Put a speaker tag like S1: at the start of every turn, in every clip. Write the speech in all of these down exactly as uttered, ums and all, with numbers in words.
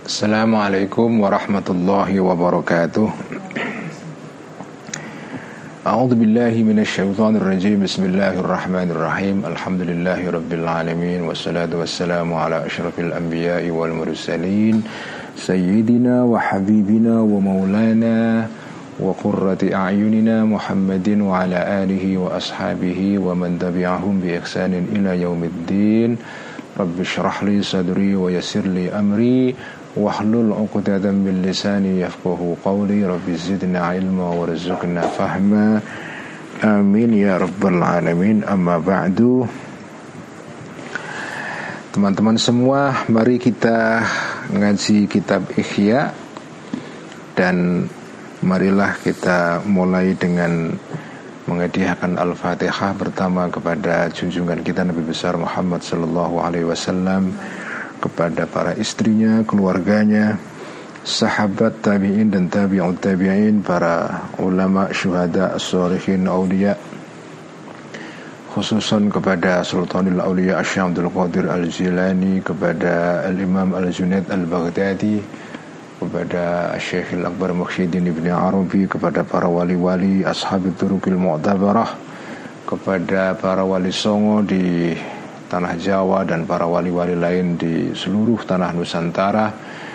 S1: Assalamualaikum warahmatullahi wabarakatuh. A'udzu billahi minasyaitonir rajim. Bismillahirrahmanirrahim. Alhamdulillahi rabbil alamin wassalatu wassalamu ala asyrafil anbiya'i wal mursalin sayyidina wa habibina wa maulana wa qurrati a'yunina Muhammadin wa ala alihi wa ashabihi wa man tabi'ahum bi ihsanin ila yaumiddin. Rabbi shrah li sadri wa yassir li amri wahlul 'uqdatam min lisani yafqahu qawli. Rabbi zidna ilma warzuqna fahma. Amin ya rabbal alamin. Amma ba'du. Teman-teman semua, mari kita ngaji kitab Ihya, dan marilah kita mulai dengan menghadiahkan Al-Fatihah pertama kepada junjungan kita Nabi besar Muhammad sallallahu alaihi wasallam, kepada para istrinya, keluarganya, sahabat tabi'in dan tabi'ut tabi'in, para ulama, syuhada, as-shalihin, aulia, khususan kepada Sultanul Aulia Asy-Syaikh Abdul Qadir Al-Jilani, kepada Al-Imam Al-Junaid Al-Baghdadi, kepada Syekh Al-Akbar Muhyiddin Ibn Arabi, kepada para wali-wali Ashabut Turuqil Mu'tabarah, kepada para wali songo di tanah Jawa dan para wali-wali lain di seluruh tanah Nusantara.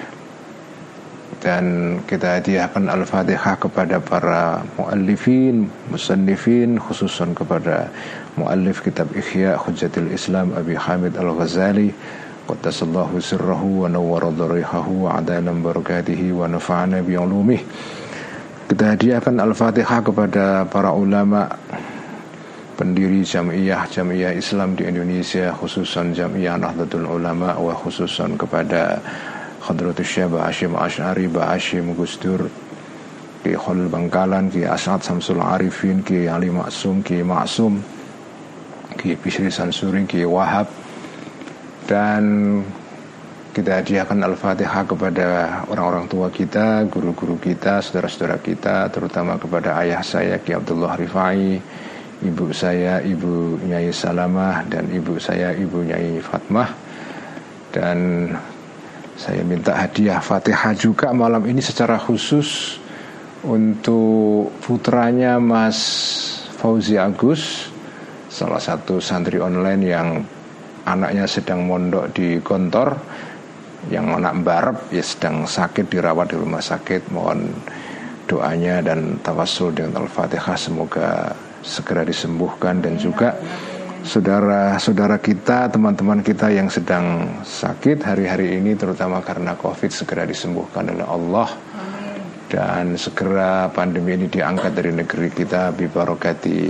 S1: Dan kita hadiahkan Al-Fatihah kepada para muallifin, musannifin, khususan kepada muallif kitab Ihya Hujjatul Islam Abi Hamid Al-Ghazali, qaddasallahu sirrahu wa nawwara dharihahu wa adalam barakatihi wa nafa'ana bi'ulumih. Kita hadiahkan Al-Fatihah kepada para ulama, pendiri jamiah-jamiah Islam di Indonesia, khususan Jamiah Nahdlatul Ulama, wa khususan kepada Hadratus Syekh Hashim Asy'ari, Ba Hashim Gus Dur, Ki Khalil Bangkalan, Ki Asy'ad Samsul Arifin, Ki Ali Maksum, Ki Maksum, Ki Bisri Sansuri, Ki Wahab. Dan kita hadiahkan Al-Fatihah kepada orang-orang tua kita, guru-guru kita, saudara-saudara kita, terutama kepada ayah saya Ki Abdullah Rifai, ibu saya Ibu Nyai Salamah, dan ibu saya Ibu Nyai Fatmah. Dan saya minta hadiah Fatihah juga malam ini secara khusus untuk putranya Mas Fauzi Agus, salah satu santri online yang anaknya sedang mondok di Gontor, yang anak mbarep ya sedang sakit dirawat di rumah sakit. Mohon doanya dan tawassul dengan Al-Fatihah, semoga segera disembuhkan. Dan juga saudara-saudara kita, teman-teman kita yang sedang sakit hari-hari ini, terutama karena Covid, segera disembuhkan oleh Allah. Dan segera pandemi ini diangkat dari negeri kita bi barakati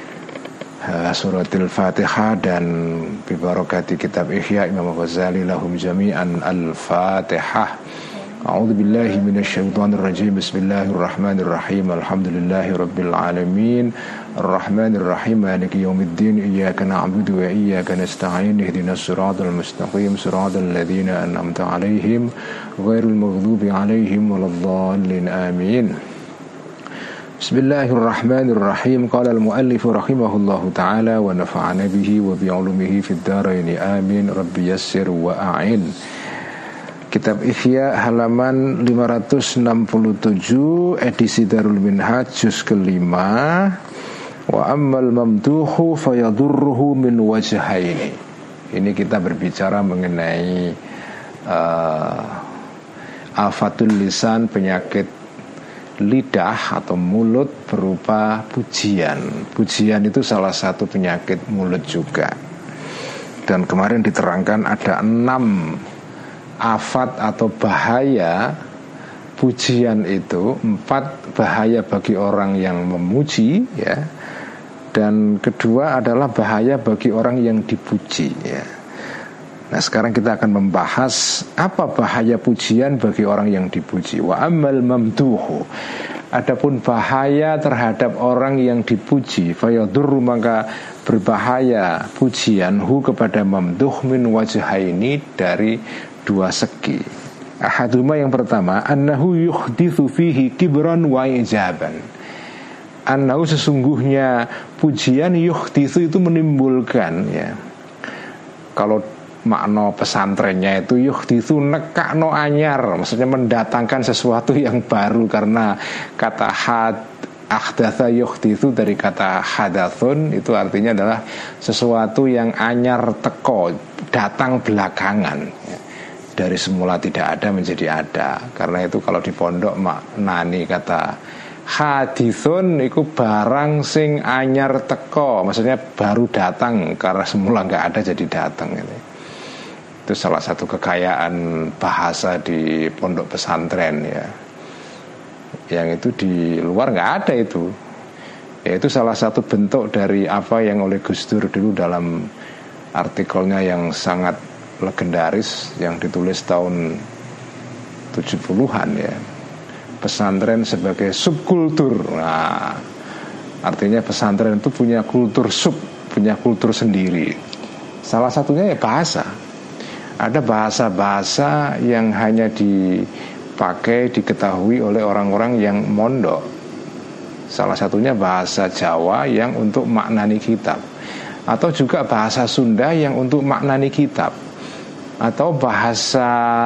S1: uh, suratil Fatihah dan bi barakati kitab Ihya Imam Ghazali lahum jami'an. Al-Fatihah. A'udzu billahi minasyaitonir rajim. Bismillahirrahmanirrahim. Alhamdulillahi rabbil alamin. Arrahmanir rahim. Maliki yaumiddin. Iyyaka na'budu wa iyyaka nasta'in. Ihdinas siratal mustaqim. Siratal ladzina an'amta 'alaihim ghairil maghdubi 'alaihim waladdallin. Amin. Bismillahirrahmanirrahim. Qala al-muallif rahimahullahu ta'ala wa nafa'ana bihi wa bi'ulumihi fid dharain. Amin. Rabbi yassir wa a'in. Kitab Ihya halaman lima ratus enam puluh tujuh, edisi Darul Minhaj, juz kelima. Wa ammal mamduhu fayadurruhu min wajhaini. Ini kita berbicara mengenai uh, afatul lisan, penyakit lidah atau mulut berupa pujian. Pujian itu salah satu penyakit mulut juga. Dan kemarin diterangkan ada enam afat atau bahaya pujian itu. Empat bahaya bagi orang yang memuji, ya, dan kedua adalah bahaya bagi orang yang dipuji, ya. Nah, sekarang kita akan membahas apa bahaya pujian bagi orang yang dipuji. Wa ammal mamduhu, adapun bahaya terhadap orang yang dipuji, fayadurru, maka berbahaya pujian hu kepada mamduh min wajhaini, dari dua segi. Ahaduma, yang pertama, annahu yuhditsu fihi kibran wa ijaban. Annahu, sesungguhnya pujian, yuhditsu itu menimbulkan, ya. Kalau makna pesantrennya itu yuhditsu nekakno anyar, maksudnya mendatangkan sesuatu yang baru, karena kata had ahdatsa yuhditsu dari kata hadatsun itu artinya adalah sesuatu yang anyar teko, datang belakangan, dari semula tidak ada menjadi ada. Karena itu kalau di pondok maknani kata hadithun iku barang sing anyar teko, maksudnya baru datang karena semula nggak ada jadi datang gitu. Itu salah satu kekayaan bahasa di pondok pesantren ya, yang itu di luar nggak ada itu. Ya, itu salah satu bentuk dari apa yang oleh Gus Dur dulu dalam artikelnya yang sangat legendaris yang ditulis tahun tujuh puluhan ya, pesantren sebagai subkultur. Nah, artinya pesantren itu punya kultur sub, punya kultur sendiri. Salah satunya ya bahasa. Ada bahasa-bahasa yang hanya dipakai, diketahui oleh orang-orang yang mondok. Salah satunya bahasa Jawa yang untuk maknani kitab, atau juga bahasa Sunda yang untuk maknani kitab, atau bahasa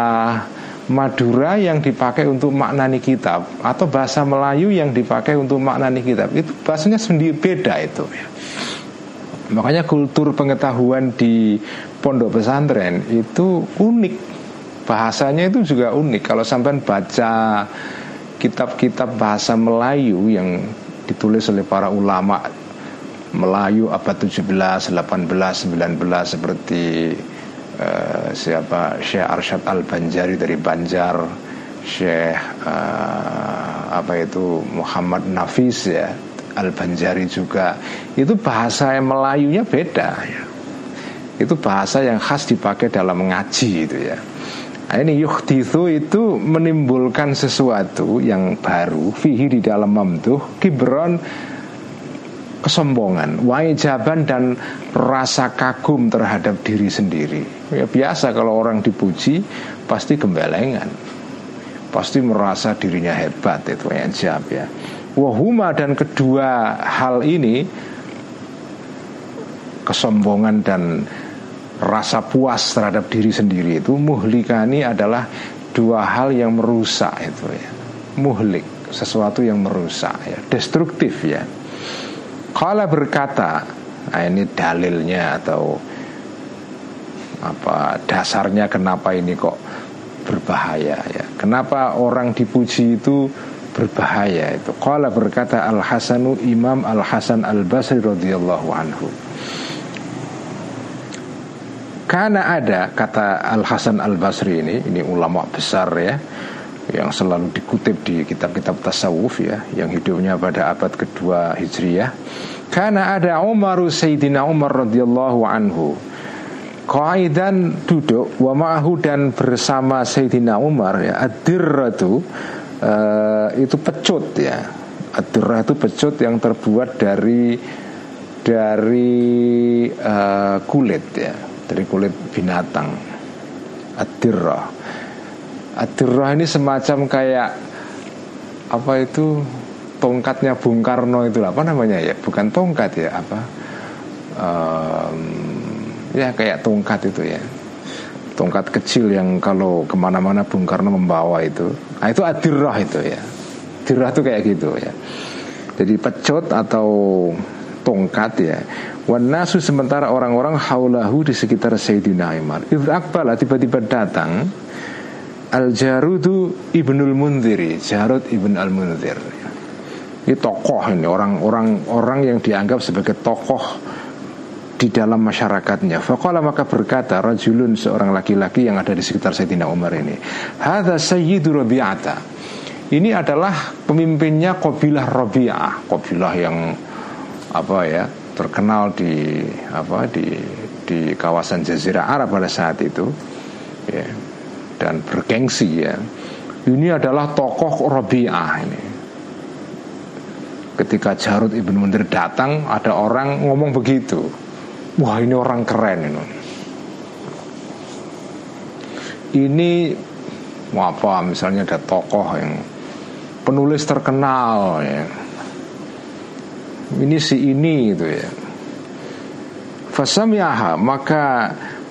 S1: Madura yang dipakai untuk maknani kitab, atau bahasa Melayu yang dipakai untuk maknani kitab. Itu bahasanya sendiri, beda itu ya. Makanya kultur pengetahuan di pondok pesantren itu unik, bahasanya itu juga unik. Kalau sampai baca kitab-kitab bahasa Melayu yang ditulis oleh para ulama Melayu abad tujuh belas, delapan belas, sembilan belas seperti uh, siapa Syekh Arsyad Al-Banjari dari Banjar, Syekh uh, apa itu Muhammad Nafis ya Al-Banjari juga, itu bahasa yang Melayunya beda ya. Itu bahasa yang khas dipakai dalam ngaji itu ya. Nah, ini yuhditsu itu menimbulkan sesuatu yang baru, fihi di dalam mamduh, kibron kesombongan, waijaban dan rasa kagum terhadap diri sendiri. Ya biasa kalau orang dipuji pasti gembelengan, pasti merasa dirinya hebat, itu ijab ya. Wahuma, dan kedua hal ini, kesombongan dan rasa puas terhadap diri sendiri itu, muhlikani, adalah dua hal yang merusak itu ya. Muhlik, sesuatu yang merusak ya, destruktif ya. Qala berkata, nah ini dalilnya atau apa dasarnya kenapa ini kok berbahaya ya. Kenapa orang dipuji itu berbahaya itu. Qala berkata Al-Hasanu, Imam Al-Hasan Al-Basri radhiyallahu anhu. Karena ada, kata Al-Hasan Al-Basri ini, ini ulama besar ya, yang selalu dikutip di kitab-kitab tasawuf ya, yang hidupnya pada abad kedua Hijriyah. Karena ada Umar, Sayyidina Umar radhiyallahu anhu, qaidan duduk, wa ma'ahu, dan bersama Sayyidina Umar ya, ad-dirratu, Uh, itu pecut ya. Ad-dirrah itu pecut yang terbuat dari dari uh, kulit ya, dari kulit binatang. Ad-dirrah. Ad-dirrah ini semacam kayak apa itu, tongkatnya Bung Karno itu, apa namanya ya? Bukan tongkat ya, apa? Um, ya kayak tongkat itu ya. Tongkat kecil yang kalau kemana-mana Bung Karno membawa itu. Nah itu ad-dirrah itu ya. Dirrah itu kayak gitu ya. Jadi pecut atau tongkat ya. Wan nasu, sementara orang-orang haulahu, di sekitar Sayyidina Umar. Idz aqbala, tiba-tiba datang Al-Jarudu Ibnul Munziri, Jarud Ibn Al-Munzir. Ini tokoh ini, orang-orang orang yang dianggap sebagai tokoh di dalam masyarakatnya. Faqala, maka berkata rajulun, seorang laki-laki yang ada di sekitar Sayyidina Umar ini, hadza sayyidu Rabi'ata, ini adalah pemimpinnya kabilah Rabi'ah, kabilah yang apa ya, terkenal di apa di di kawasan Jazirah Arab pada saat itu ya, dan bergengsi ya. Ini adalah tokoh Rabi'ah ini. Ketika Jarud Ibn Munzir datang, ada orang ngomong begitu, wah ini orang keren ini. Ini apa, misalnya ada tokoh yang penulis terkenal ya, ini si ini gitu ya. Fasami'aha, maka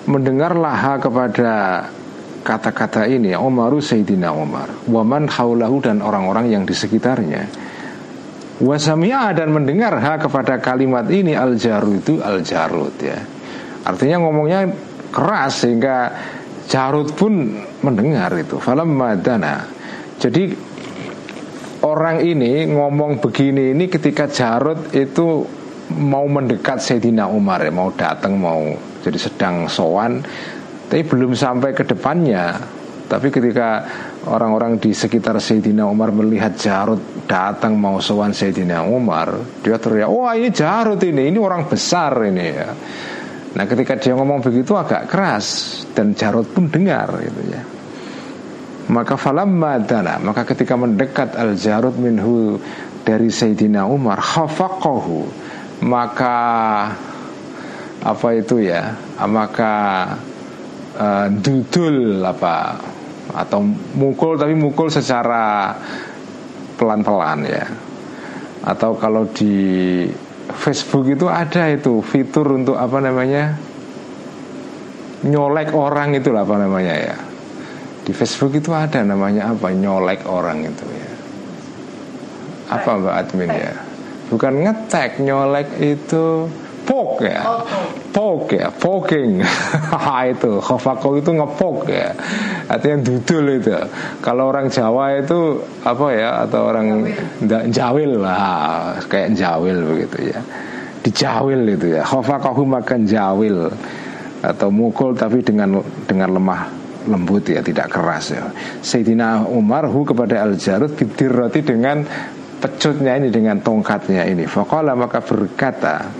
S1: mendengarlah ha kepada kata-kata ini Umaru Sayyidina Umar, waman haulahu dan orang-orang yang di sekitarnya, wasami'a dan mendengar ha kepada kalimat ini al-Jarud itu al-Jarud ya. Artinya ngomongnya keras sehingga Jarud pun mendengar itu. Falamma dana. Jadi orang ini ngomong begini ini ketika Jarud itu mau mendekat Sayyidina Umar ya, mau datang, mau jadi sedang sowan, tapi belum sampai ke depannya. Tapi ketika orang-orang di sekitar Sayyidina Umar melihat Jarud datang mau sowan Sayyidina Umar, dia teriak, wah ini Jarud ini, ini orang besar ini ya. Nah ketika dia ngomong begitu agak keras, dan Jarud pun dengar gitu ya. Maka falamma dana, maka ketika mendekat al-Jarud minhu dari Sayyidina Umar, khafaqahu, maka apa itu ya, maka uh, dudul apa atau mukul, tapi mukul secara pelan-pelan ya. Atau kalau di Facebook itu ada itu fitur untuk apa namanya, nyolek orang itu lah apa namanya ya. Di Facebook itu ada namanya apa, nyolek orang itu ya. Apa Mbak Admin ya? Bukan ngetek, nyolek itu poke ya, poke ya, poking. Itu khafaqo itu ngepok ya, artinya dudul itu. Kalau orang Jawa itu apa ya, atau orang jawil lah, kayak jawil begitu ya, dijawil itu ya. Khafaqahu makan jawil, atau mukul tapi dengan dengan lemah lembut ya, tidak keras ya. Sayyidina Umar hu kepada al-Jarud bidirrati dengan pecutnya ini, dengan tongkatnya ini. Faqala maka berkata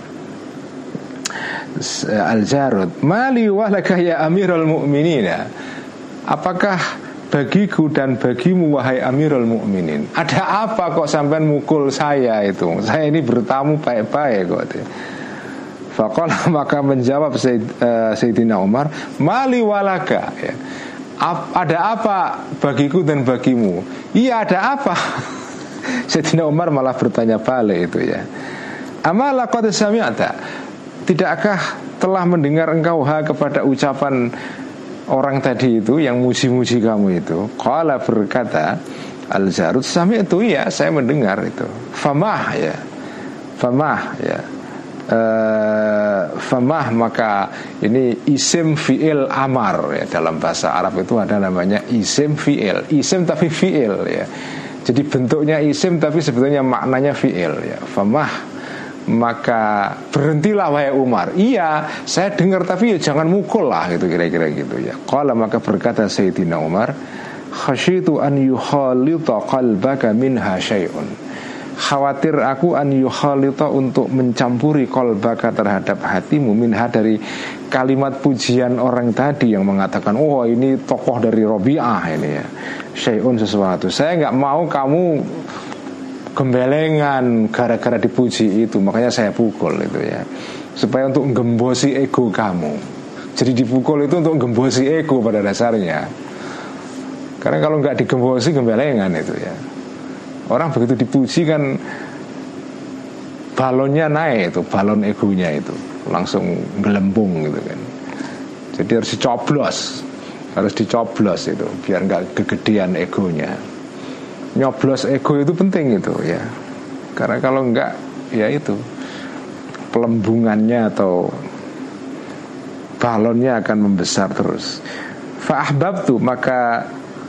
S1: al-Jarud, mali walaka ya Amirul Mukminin, apakah bagiku dan bagimu wahai Amirul Mukminin, ada apa kok sampean mukul saya itu? Saya ini bertamu baik-baik kok. Faqala maka menjawab Sayyid, uh, Sayyidina Umar, mali walaka ya. Ap, ada apa bagiku dan bagimu? Iya ada apa? Sayyidina Umar malah bertanya balik itu ya. Amala qad sami'ta, tidakkah telah mendengar engkau ha kepada ucapan orang tadi itu yang muji-muji kamu itu? Qala berkata al-Jarud, sami'tu ya, saya mendengar itu. Famah ya, famah ya. Uh, famah maka ini isim fi'il amar ya, dalam bahasa Arab itu ada namanya isim fi'il, isim tapi fi'il ya. Jadi bentuknya isim tapi sebetulnya maknanya fi'il ya. Famah maka berhentilah wahai Umar. Iya saya dengar tapi ya jangan mukul lah gitu, kira-kira gitu ya. Qala maka berkata Sayyidina Umar, khasyitu an yukhalita qalbaka minha syai'un, khawatir aku an yukhalita untuk mencampuri qalbaka terhadap hatimu minha dari kalimat pujian orang tadi yang mengatakan oh ini tokoh dari Robi'ah ini ya, syai'un sesuatu. Saya nggak mau kamu gembelengan gara-gara dipuji itu, makanya saya pukul itu ya, supaya untuk menggembosi ego kamu. Jadi dipukul itu untuk menggembosi ego pada dasarnya. Karena kalau nggak digembosi gembelengan itu ya. Orang begitu dipuji kan balonnya naik itu, balon egonya itu langsung gelembung gitu kan. Jadi harus dicoblos, harus dicoblos itu biar nggak kegedean egonya. Nyoblos ego itu penting itu ya, karena kalau enggak ya itu pelembungannya atau balonnya akan membesar terus. Fa'ahbabtu maka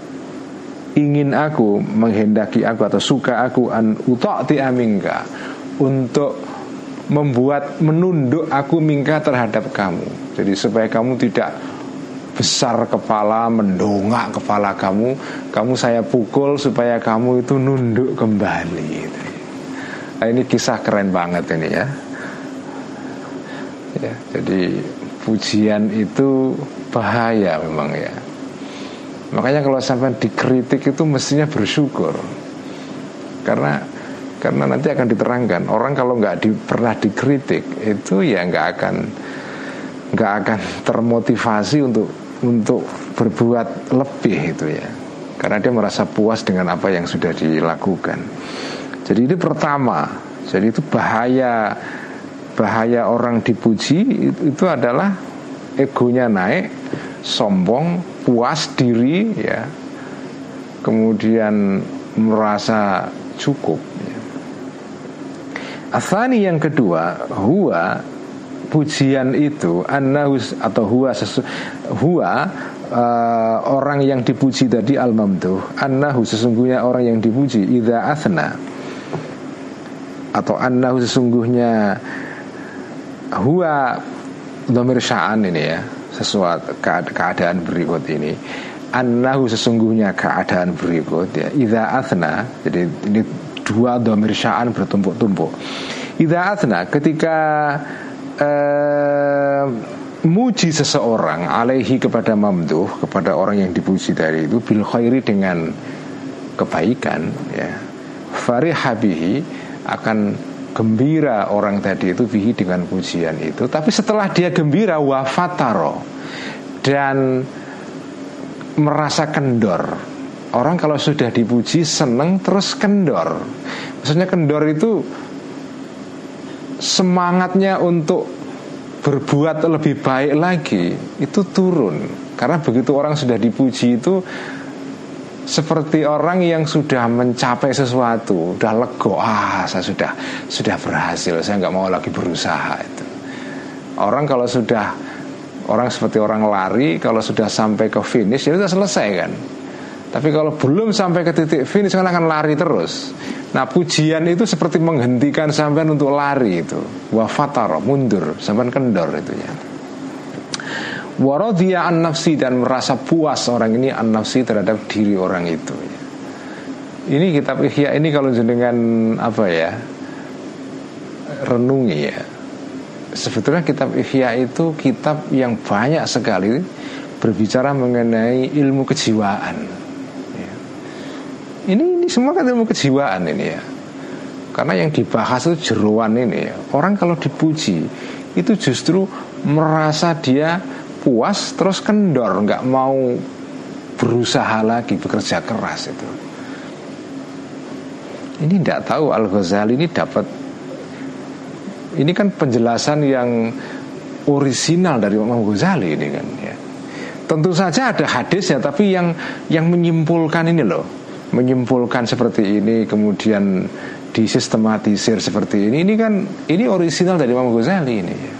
S1: ingin aku, menghendaki aku atau suka aku an uta'ti aminka, untuk membuat menunduk aku mingka terhadap kamu. Jadi supaya kamu tidak besar kepala, mendongak kepala kamu, kamu saya pukul supaya kamu itu nunduk kembali. Nah, ini kisah keren banget ini ya. Ya, jadi pujian itu bahaya memang ya. Makanya kalau sampai dikritik itu mestinya bersyukur, karena karena nanti akan diterangkan orang kalau nggak di, pernah dikritik itu ya nggak akan nggak akan termotivasi untuk untuk berbuat lebih itu ya, karena dia merasa puas dengan apa yang sudah dilakukan. Jadi ini pertama, jadi itu bahaya bahaya orang dipuji itu, itu adalah egonya naik, sombong, puas diri, ya, kemudian merasa cukup, ya. Atsani yang kedua, huwa, pujian itu, annahu atau huwa sesu, huwa uh, orang yang dipuji tadi, al-mamduh, annahu sesungguhnya orang yang dipuji, idza athna, atau annahu sesungguhnya, huwa dhamir sya'an ini ya, sesuatu keadaan berikut ini, annahu sesungguhnya keadaan berikut ya, idza athna, jadi ini dua dhamir sya'an bertumpuk-tumpuk. Idza athna, ketika uh, muji seseorang alaihi kepada mamduh, kepada orang yang dipuji tadi itu, bil khairi dengan kebaikan ya, fariha bihi, akan gembira orang tadi itu bihi dengan pujian itu. Tapi setelah dia gembira, wafataro, dan merasa kendor. Orang kalau sudah dipuji seneng terus kendor. Maksudnya kendor itu semangatnya untuk berbuat lebih baik lagi itu turun. Karena begitu orang sudah dipuji itu seperti orang yang sudah mencapai sesuatu, udah lego, ah saya sudah sudah berhasil, saya nggak mau lagi berusaha itu. Orang kalau sudah, orang seperti orang lari, kalau sudah sampai ke finish ya sudah selesai kan. Tapi kalau belum sampai ke titik finish kan akan lari terus. Nah pujian itu seperti menghentikan sampean untuk lari itu. Wafataro, mundur, sampean kendor itu ya. Waradhiya an nafsi, dan merasa puas orang ini an nafsi terhadap diri orang itu ya. Ini kitab Ihya ini kalau jenengan apa ya, renungi ya, sebetulnya kitab Ihya itu kitab yang banyak sekali berbicara mengenai ilmu kejiwaan ya. Ini, ini semua kan ilmu kejiwaan ini ya. Karena yang dibahas itu jeroan ini ya. Orang kalau dipuji itu justru merasa dia puas terus kendor, nggak mau berusaha lagi, bekerja keras itu. Ini tidak tahu Al-Ghazali ini dapat, ini kan penjelasan yang orisinal dari Imam Ghazali ini kan ya. Tentu saja ada hadisnya, tapi yang yang menyimpulkan ini loh, menyimpulkan seperti ini kemudian disistematisir seperti ini, ini kan ini orisinal dari Imam Ghazali ini ya.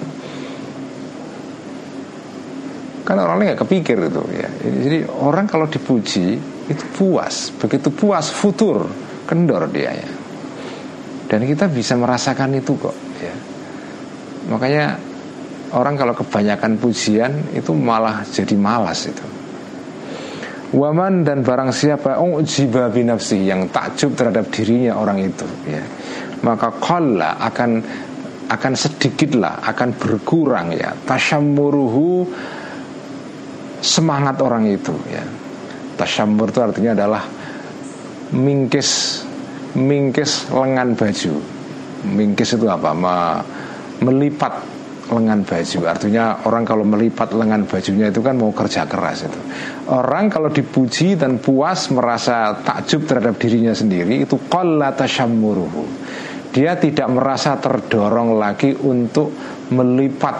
S1: Kan orang nggak kepikir itu ya. Jadi orang kalau dipuji itu puas, begitu puas futur, kendor dia ya. Dan kita bisa merasakan itu kok ya. Makanya orang kalau kebanyakan pujian itu malah jadi malas itu. Waman, dan barang siapa ujiba binafsi, yang takjub terhadap dirinya orang itu ya, maka qalla, akan akan sedikitlah, akan berkurang ya, tasyammuruhu, semangat orang itu ya. Tasyammur itu artinya adalah mingkis, mingkis lengan baju. Mingkis itu apa? Melipat lengan baju. Artinya orang kalau melipat lengan bajunya itu kan mau kerja keras itu. Orang kalau dipuji dan puas, merasa takjub terhadap dirinya sendiri, itu qalla tasyammuruhu, dia tidak merasa terdorong lagi untuk melipat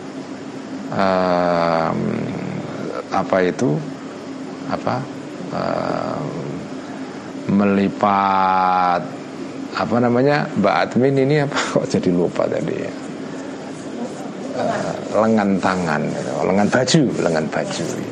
S1: um, apa itu apa uh, melipat apa namanya Mbak Admin ini apa kok jadi lupa tadi ya? Uh, lengan tangan, lengan baju, lengan baju ya.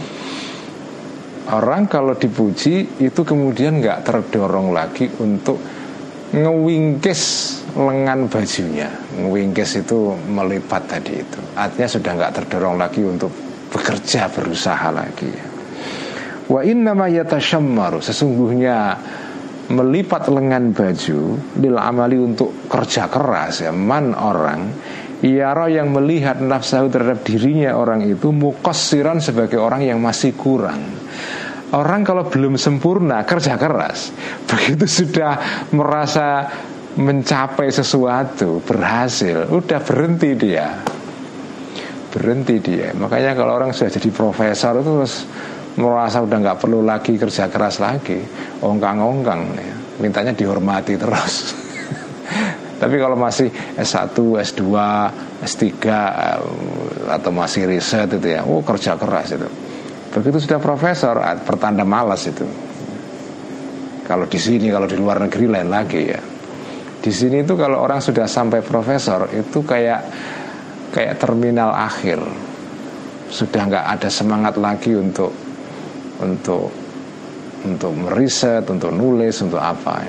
S1: Orang kalau dipuji itu kemudian nggak terdorong lagi untuk ngewingkis lengan bajunya. Ngewingkis itu melipat tadi itu, artinya sudah nggak terdorong lagi untuk bekerja, berusaha lagi. Wa innama yatashammaru, sesungguhnya melipat lengan baju, lil amali, untuk kerja keras ya, man orang yara, yang melihat nafsahu terhadap dirinya orang itu, muqassiran, sebagai orang yang masih kurang. Orang kalau belum sempurna kerja keras, begitu sudah merasa mencapai sesuatu, berhasil, udah berhenti dia. Berhenti dia. Makanya kalau orang sudah jadi profesor itu terus merasa udah nggak perlu lagi kerja keras lagi, ongkang-ongkang ya. Mintanya dihormati terus. Tapi kalau masih S satu, S dua, S tiga atau masih riset itu ya, oh kerja keras itu. Begitu sudah profesor, pertanda malas itu. Kalau di sini, kalau di luar negeri lain lagi ya. Di sini itu kalau orang sudah sampai profesor itu kayak kayak terminal akhir. Sudah nggak ada semangat lagi untuk untuk untuk meriset, untuk nulis, untuk apa.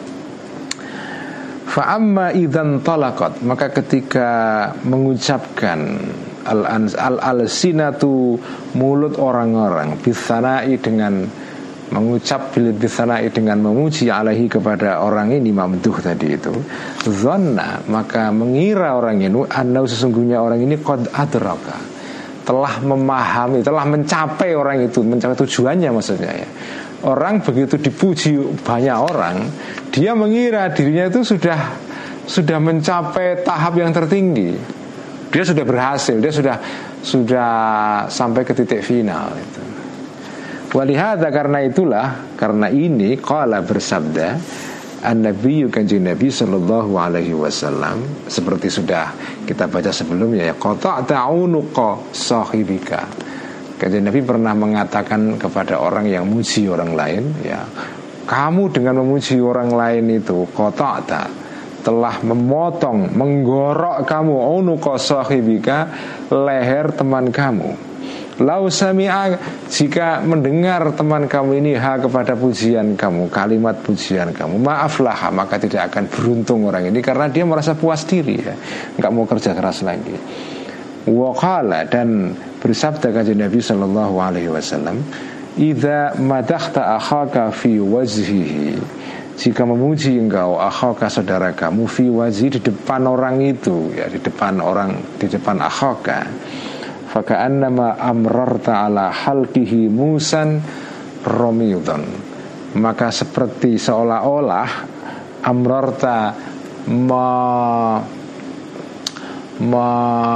S1: Fa'amma idzan talaqat, maka ketika mengucapkan al-alsinatu, mulut orang-orang, bitsanai, dengan mengucap bitsanai, dengan memuji alaihi kepada orang ini, mamduh tadi itu, zanna, maka mengira orang ini anna, sesungguhnya orang ini qad adraka, telah memahami, telah mencapai orang itu, mencapai tujuannya maksudnya ya. Orang begitu dipuji banyak orang, dia mengira dirinya itu sudah sudah mencapai tahap yang tertinggi. Dia sudah berhasil, dia sudah sudah sampai ke titik final itu. Walihada, karena itulah, karena ini qala, bersabda an-nabiyyu, kanjeng Nabi sallallahu alaihi wasallam, seperti sudah kita baca sebelumnya ya, qata'ta unuqa sahibika. Kanjeng Nabi pernah mengatakan kepada orang yang muji orang lain ya, kamu dengan memuji orang lain itu qata'ta, telah memotong, menggorok kamu unuqa sahibika, leher teman kamu. Lau sami'a, jika mendengar teman kamu ini ha, kepada pujian kamu, kalimat pujian kamu, maaflah, maka tidak akan beruntung orang ini, karena dia merasa puas diri ya, nggak mau kerja keras lagi. Waqala, dan bersabda kanjeng Nabi sallallahu alaihi wasallam, idza madakhta akhaka fi wajhihi, jika memuji engkau akhaka, saudara kamu, fi wajhi, di depan orang itu ya, di depan orang, di depan akhaka, faka'annama amrarta ala halqihi musan romidon, maka seperti seolah-olah amrarta ma, ma,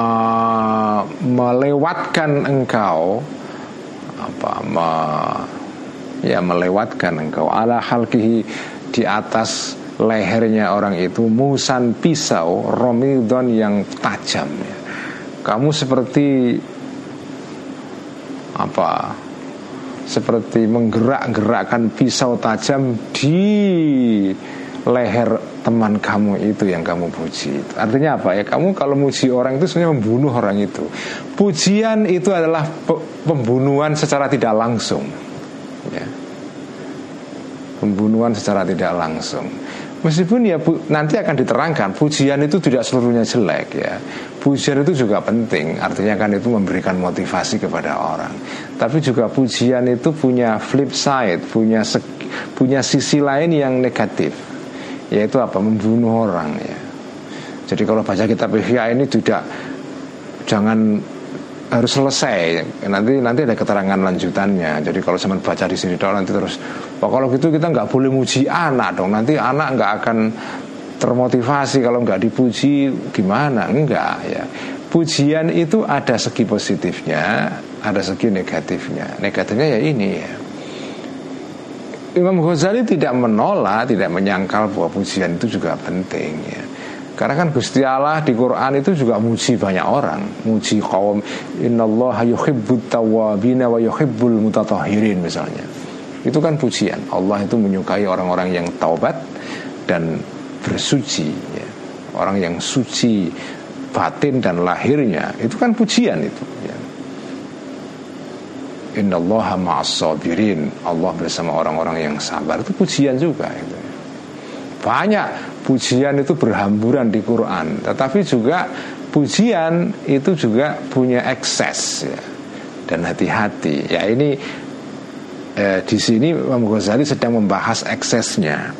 S1: melewatkan engkau apa ma, ya melewatkan engkau ala halqihi, di atas lehernya orang itu, musan, pisau, romidon, yang tajam ya. Kamu seperti apa? Seperti menggerak-gerakkan pisau tajam di leher teman kamu itu yang kamu puji. Artinya apa ya? Kamu kalau muji orang itu sebenarnya membunuh orang itu. Pujian itu adalah pembunuhan secara tidak langsung ya. Pembunuhan secara tidak langsung. Meskipun ya bu, nanti akan diterangkan pujian itu tidak seluruhnya jelek ya. Pujian itu juga penting, artinya kan itu memberikan motivasi kepada orang. Tapi juga pujian itu punya flip side, punya punya sisi lain yang negatif, yaitu apa? Membunuh orang ya. Jadi kalau baca kitab Ihya ini tidak, jangan harus selesai. Nanti nanti ada keterangan lanjutannya. Jadi kalau cuma baca di sini doang nanti terus, oh, kalau gitu kita nggak boleh muji anak dong. Nanti anak nggak akan termotivasi kalau nggak dipuji, gimana? Enggak ya. Pujian itu ada segi positifnya, ada segi negatifnya. Negatifnya ya ini ya. Imam Ghazali tidak menolak, tidak menyangkal bahwa pujian itu juga penting ya. Karena kan Gusti Allah di Quran itu juga muji banyak orang, muji kaum innallaha yuhibbut tawwabina wa yuhibbul mutatahhirin misalnya. Itu kan pujian. Allah itu menyukai orang-orang yang taubat dan bersuci ya. Orang yang suci batin dan lahirnya, itu kan pujian itu ya. Innallaha ma'as sabirin, Allah bersama orang-orang yang sabar, itu pujian juga itu. Banyak pujian itu berhamburan di Quran, tetapi juga pujian itu juga punya ekses ya. Dan hati-hati ya, ini eh, di sini Imam Ghazali sedang membahas eksesnya.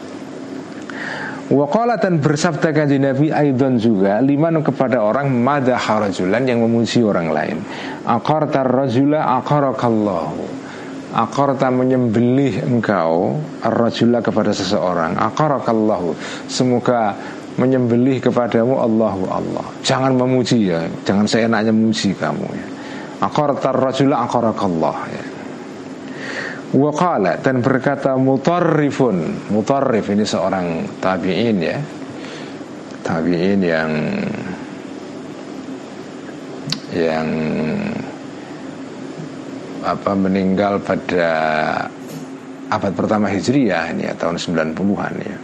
S1: Waqala, dan bersabda kanjeng Nabi aidan juga, liman, kepada orang madaha rajulan, yang memuji orang lain, aqarta rajula aqarakallahu, aqarta, menyembelih engkau ar-rajula, kepada seseorang, aqarakallahu, semoga menyembelih kepadamu Allahu Allah. Jangan memuji ya, jangan seenaknya memuji kamu ya. Aqarta ar-rajula aqarakallah ya. Wa qala, dan berkata Mutarrifun, Mutarrif ini seorang tabi'in ya, tabi'in yang yang apa meninggal pada abad pertama Hijriyah ini ya, tahun sembilan puluhan ya.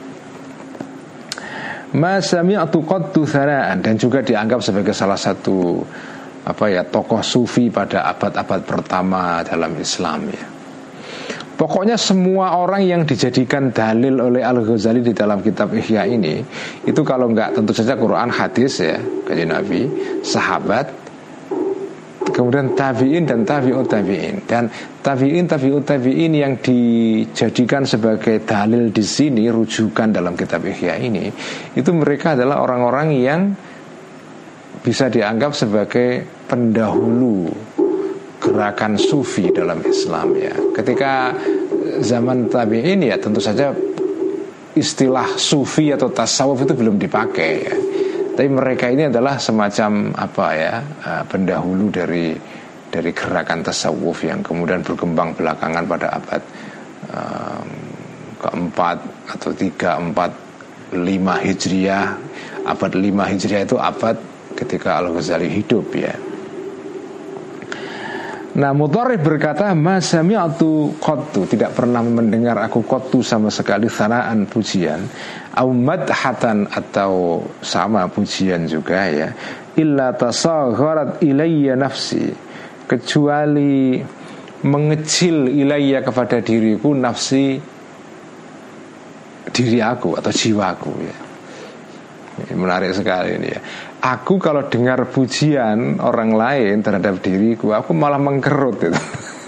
S1: Ma sami'tu qattu thana'an, dan juga dianggap sebagai salah satu apa ya tokoh sufi pada abad-abad pertama dalam Islam ya. Pokoknya semua orang yang dijadikan dalil oleh Al-Ghazali di dalam kitab Ihya ini, itu kalau enggak tentu saja Quran, hadis ya, kanjeng Nabi, sahabat, kemudian tabi'in dan tabi'ut tabi'in. Dan tabi'in tabi'ut tabi'in yang dijadikan sebagai dalil di sini, rujukan dalam kitab Ihya ini, itu mereka adalah orang-orang yang bisa dianggap sebagai pendahulu gerakan sufi dalam Islam ya. Ketika zaman tabi'in ya tentu saja istilah sufi atau tasawuf itu belum dipakai ya. Tapi mereka ini adalah semacam apa ya, pendahulu dari dari gerakan tasawuf yang kemudian berkembang belakangan pada abad um, keempat atau tiga, empat, lima Hijriyah. Abad lima Hijriyah itu abad ketika Al-Ghazali hidup ya. Nah, Mudharrif berkata, ma sami'tu qattu, tidak pernah mendengar aku qattu sama sekali thana'an pujian, au madhatan atau sama pujian juga ya, illa tasagharat ilayya nafsi, kecuali mengecil ilayya kepada diriku nafsi, diri aku atau jiwaku ya. Ini menarik sekali ini ya. Aku kalau dengar pujian orang lain terhadap diriku, aku malah mengkerut itu.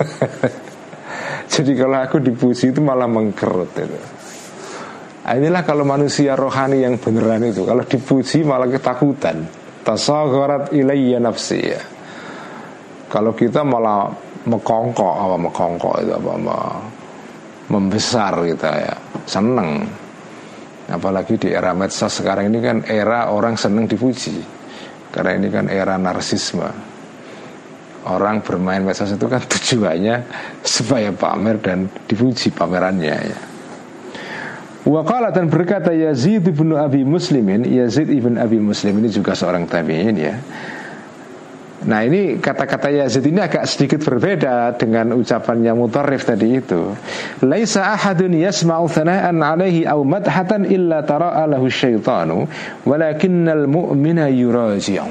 S1: Jadi kalau aku dipuji itu malah mengkerut itu. Nah, inilah kalau manusia rohani yang beneran itu, kalau dipuji malah ketakutan. Tasagharat ilayya nafsi ya. Kalau kita malah mekongkok, apa mekongkok itu apa membesar kita ya, seneng. Apalagi di era medsos sekarang ini kan era orang senang dipuji. Karena ini kan era narsisme. Orang bermain medsos itu kan tujuannya supaya pamer dan dipuji pamerannya ya. Wa qala, dan berkata Yazid ibn Abi Muslimin, Yazid ibn Abi Muslim ini juga seorang tabi'in ya. Nah, ini kata-kata Yazid ini agak sedikit berbeda dengan ucapannya Mudharrif tadi itu. Laisa ahadun yasma'u thana'an 'alaihi aw madhatan illa tara'a lahu syaitanu walakinnal mu'mina yuraji'u.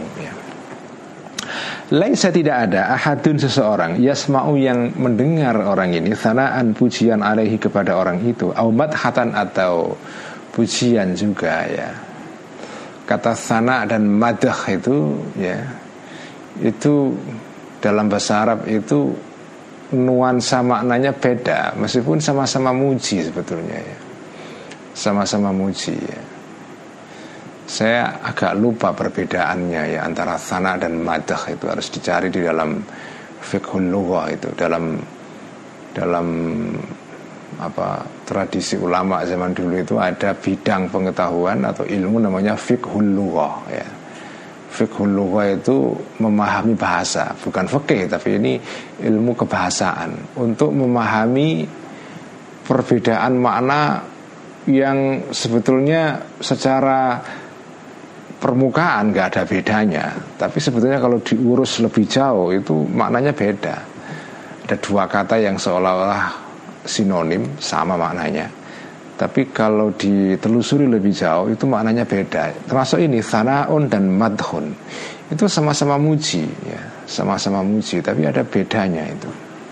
S1: Laisa, tidak ada ahadun seseorang yasma'u yang mendengar orang ini thana'an pujian 'alaihi kepada orang itu, aw madhatan atau pujian juga ya. Kata thana' dan madah itu ya, itu dalam bahasa Arab itu nuansa maknanya beda, meskipun sama-sama muji sebetulnya ya. Sama-sama muji ya. Saya agak lupa perbedaannya ya antara thana dan madah, itu harus dicari di dalam fiqhul lughah itu, dalam dalam apa tradisi ulama zaman dulu itu ada bidang pengetahuan atau ilmu namanya fiqhul lughah ya. Fiqhul lughah itu memahami bahasa, bukan fikih, tapi ini ilmu kebahasaan, untuk memahami perbedaan makna yang sebetulnya secara permukaan gak ada bedanya, tapi sebetulnya kalau diurus lebih jauh itu maknanya beda. Ada dua kata yang seolah-olah sinonim, sama maknanya, tapi kalau ditelusuri lebih jauh itu maknanya beda. Termasuk ini thana'un dan madhun, itu sama-sama muji ya, sama-sama muji, tapi ada bedanya itu.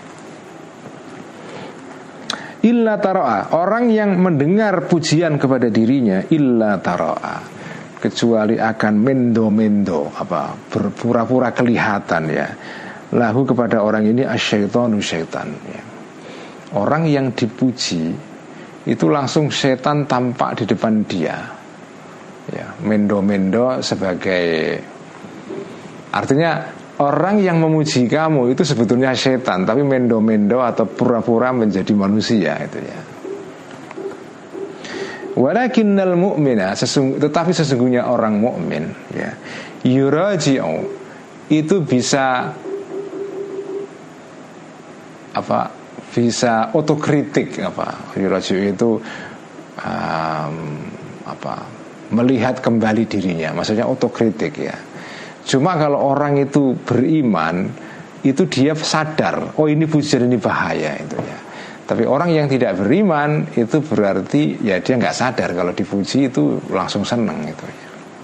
S1: Illa tara'a, orang yang mendengar pujian kepada dirinya, illa tara'a, kecuali akan mendo-mendo, apa, berpura-pura kelihatan ya, lahu kepada orang ini asyaitonu, syaitan ya. Orang yang dipuji itu langsung setan tampak di depan dia ya, mendo-mendo sebagai, artinya orang yang memuji kamu itu sebetulnya setan, tapi mendo-mendo atau pura-pura menjadi manusia itu ya. Walakinnal mu'mina, sesung, tetapi sesungguhnya orang mukmin ya, yuraji'u, itu bisa apa, bisa otokritik, apa yuraji'u itu um, apa melihat kembali dirinya, maksudnya otokritik ya. Cuma kalau orang itu beriman, itu dia sadar, oh ini pujian ini bahaya itu ya. Tapi orang yang tidak beriman itu berarti ya dia nggak sadar kalau dipuji itu langsung seneng itu ya.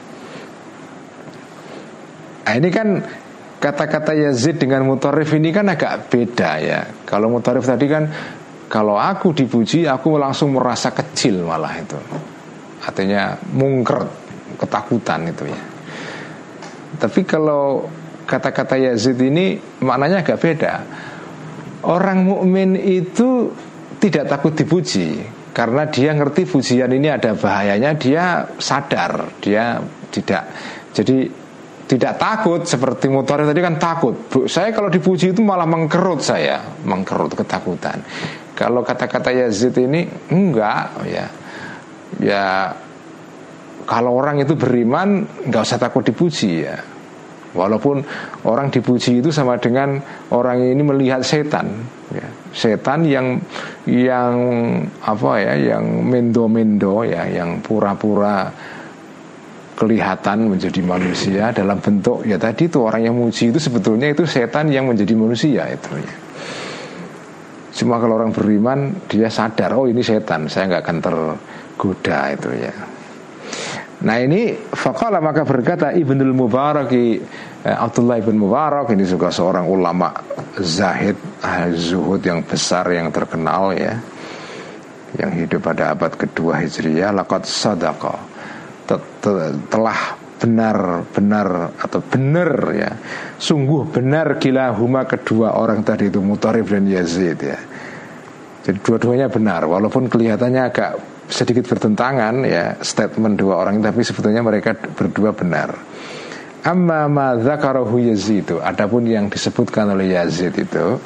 S1: Nah, ini kan kata-kata Yazid dengan Mutarrif ini kan agak beda ya. Kalau Mutarrif tadi kan kalau aku dipuji aku langsung merasa kecil malah itu. Artinya mungker, ketakutan itu ya. Tapi kalau kata-kata Yazid ini maknanya agak beda. Orang mukmin itu tidak takut dipuji karena dia ngerti pujian ini ada bahayanya, dia sadar, dia tidak jadi tidak takut seperti Mutarrif tadi kan takut. Saya kalau dipuji itu malah mengkerut saya, mengkerut ketakutan. Kalau kata-kata Yazid ini enggak ya. Ya kalau orang itu beriman nggak usah takut dipuji ya. Walaupun orang dipuji itu sama dengan orang ini melihat setan ya. Setan yang yang apa ya, yang mendo-mendo ya, yang pura-pura kelihatan menjadi manusia dalam bentuk ya tadi itu orang yang muji itu sebetulnya itu setan yang menjadi manusia itu ya. Cuma kalau orang beriman dia sadar, oh ini setan, saya nggak akan tergoda itu ya. Nah ini faqala maka berkata Ibnul Mubarak, eh, Abdullah ibn Mubarak ini juga seorang ulama zahid, zuhud yang besar yang terkenal ya, yang hidup pada abad kedua Hijriyah. Laqad sadaqa, telah benar-benar atau benar ya, sungguh benar kilahuma kedua orang tadi itu Mutarrif dan Yazid ya. Jadi dua-duanya benar walaupun kelihatannya agak sedikit bertentangan ya statement dua orang, tapi sebetulnya mereka berdua benar. Amma ma dzakarahu Yazid, adapun yang disebutkan oleh Yazid itu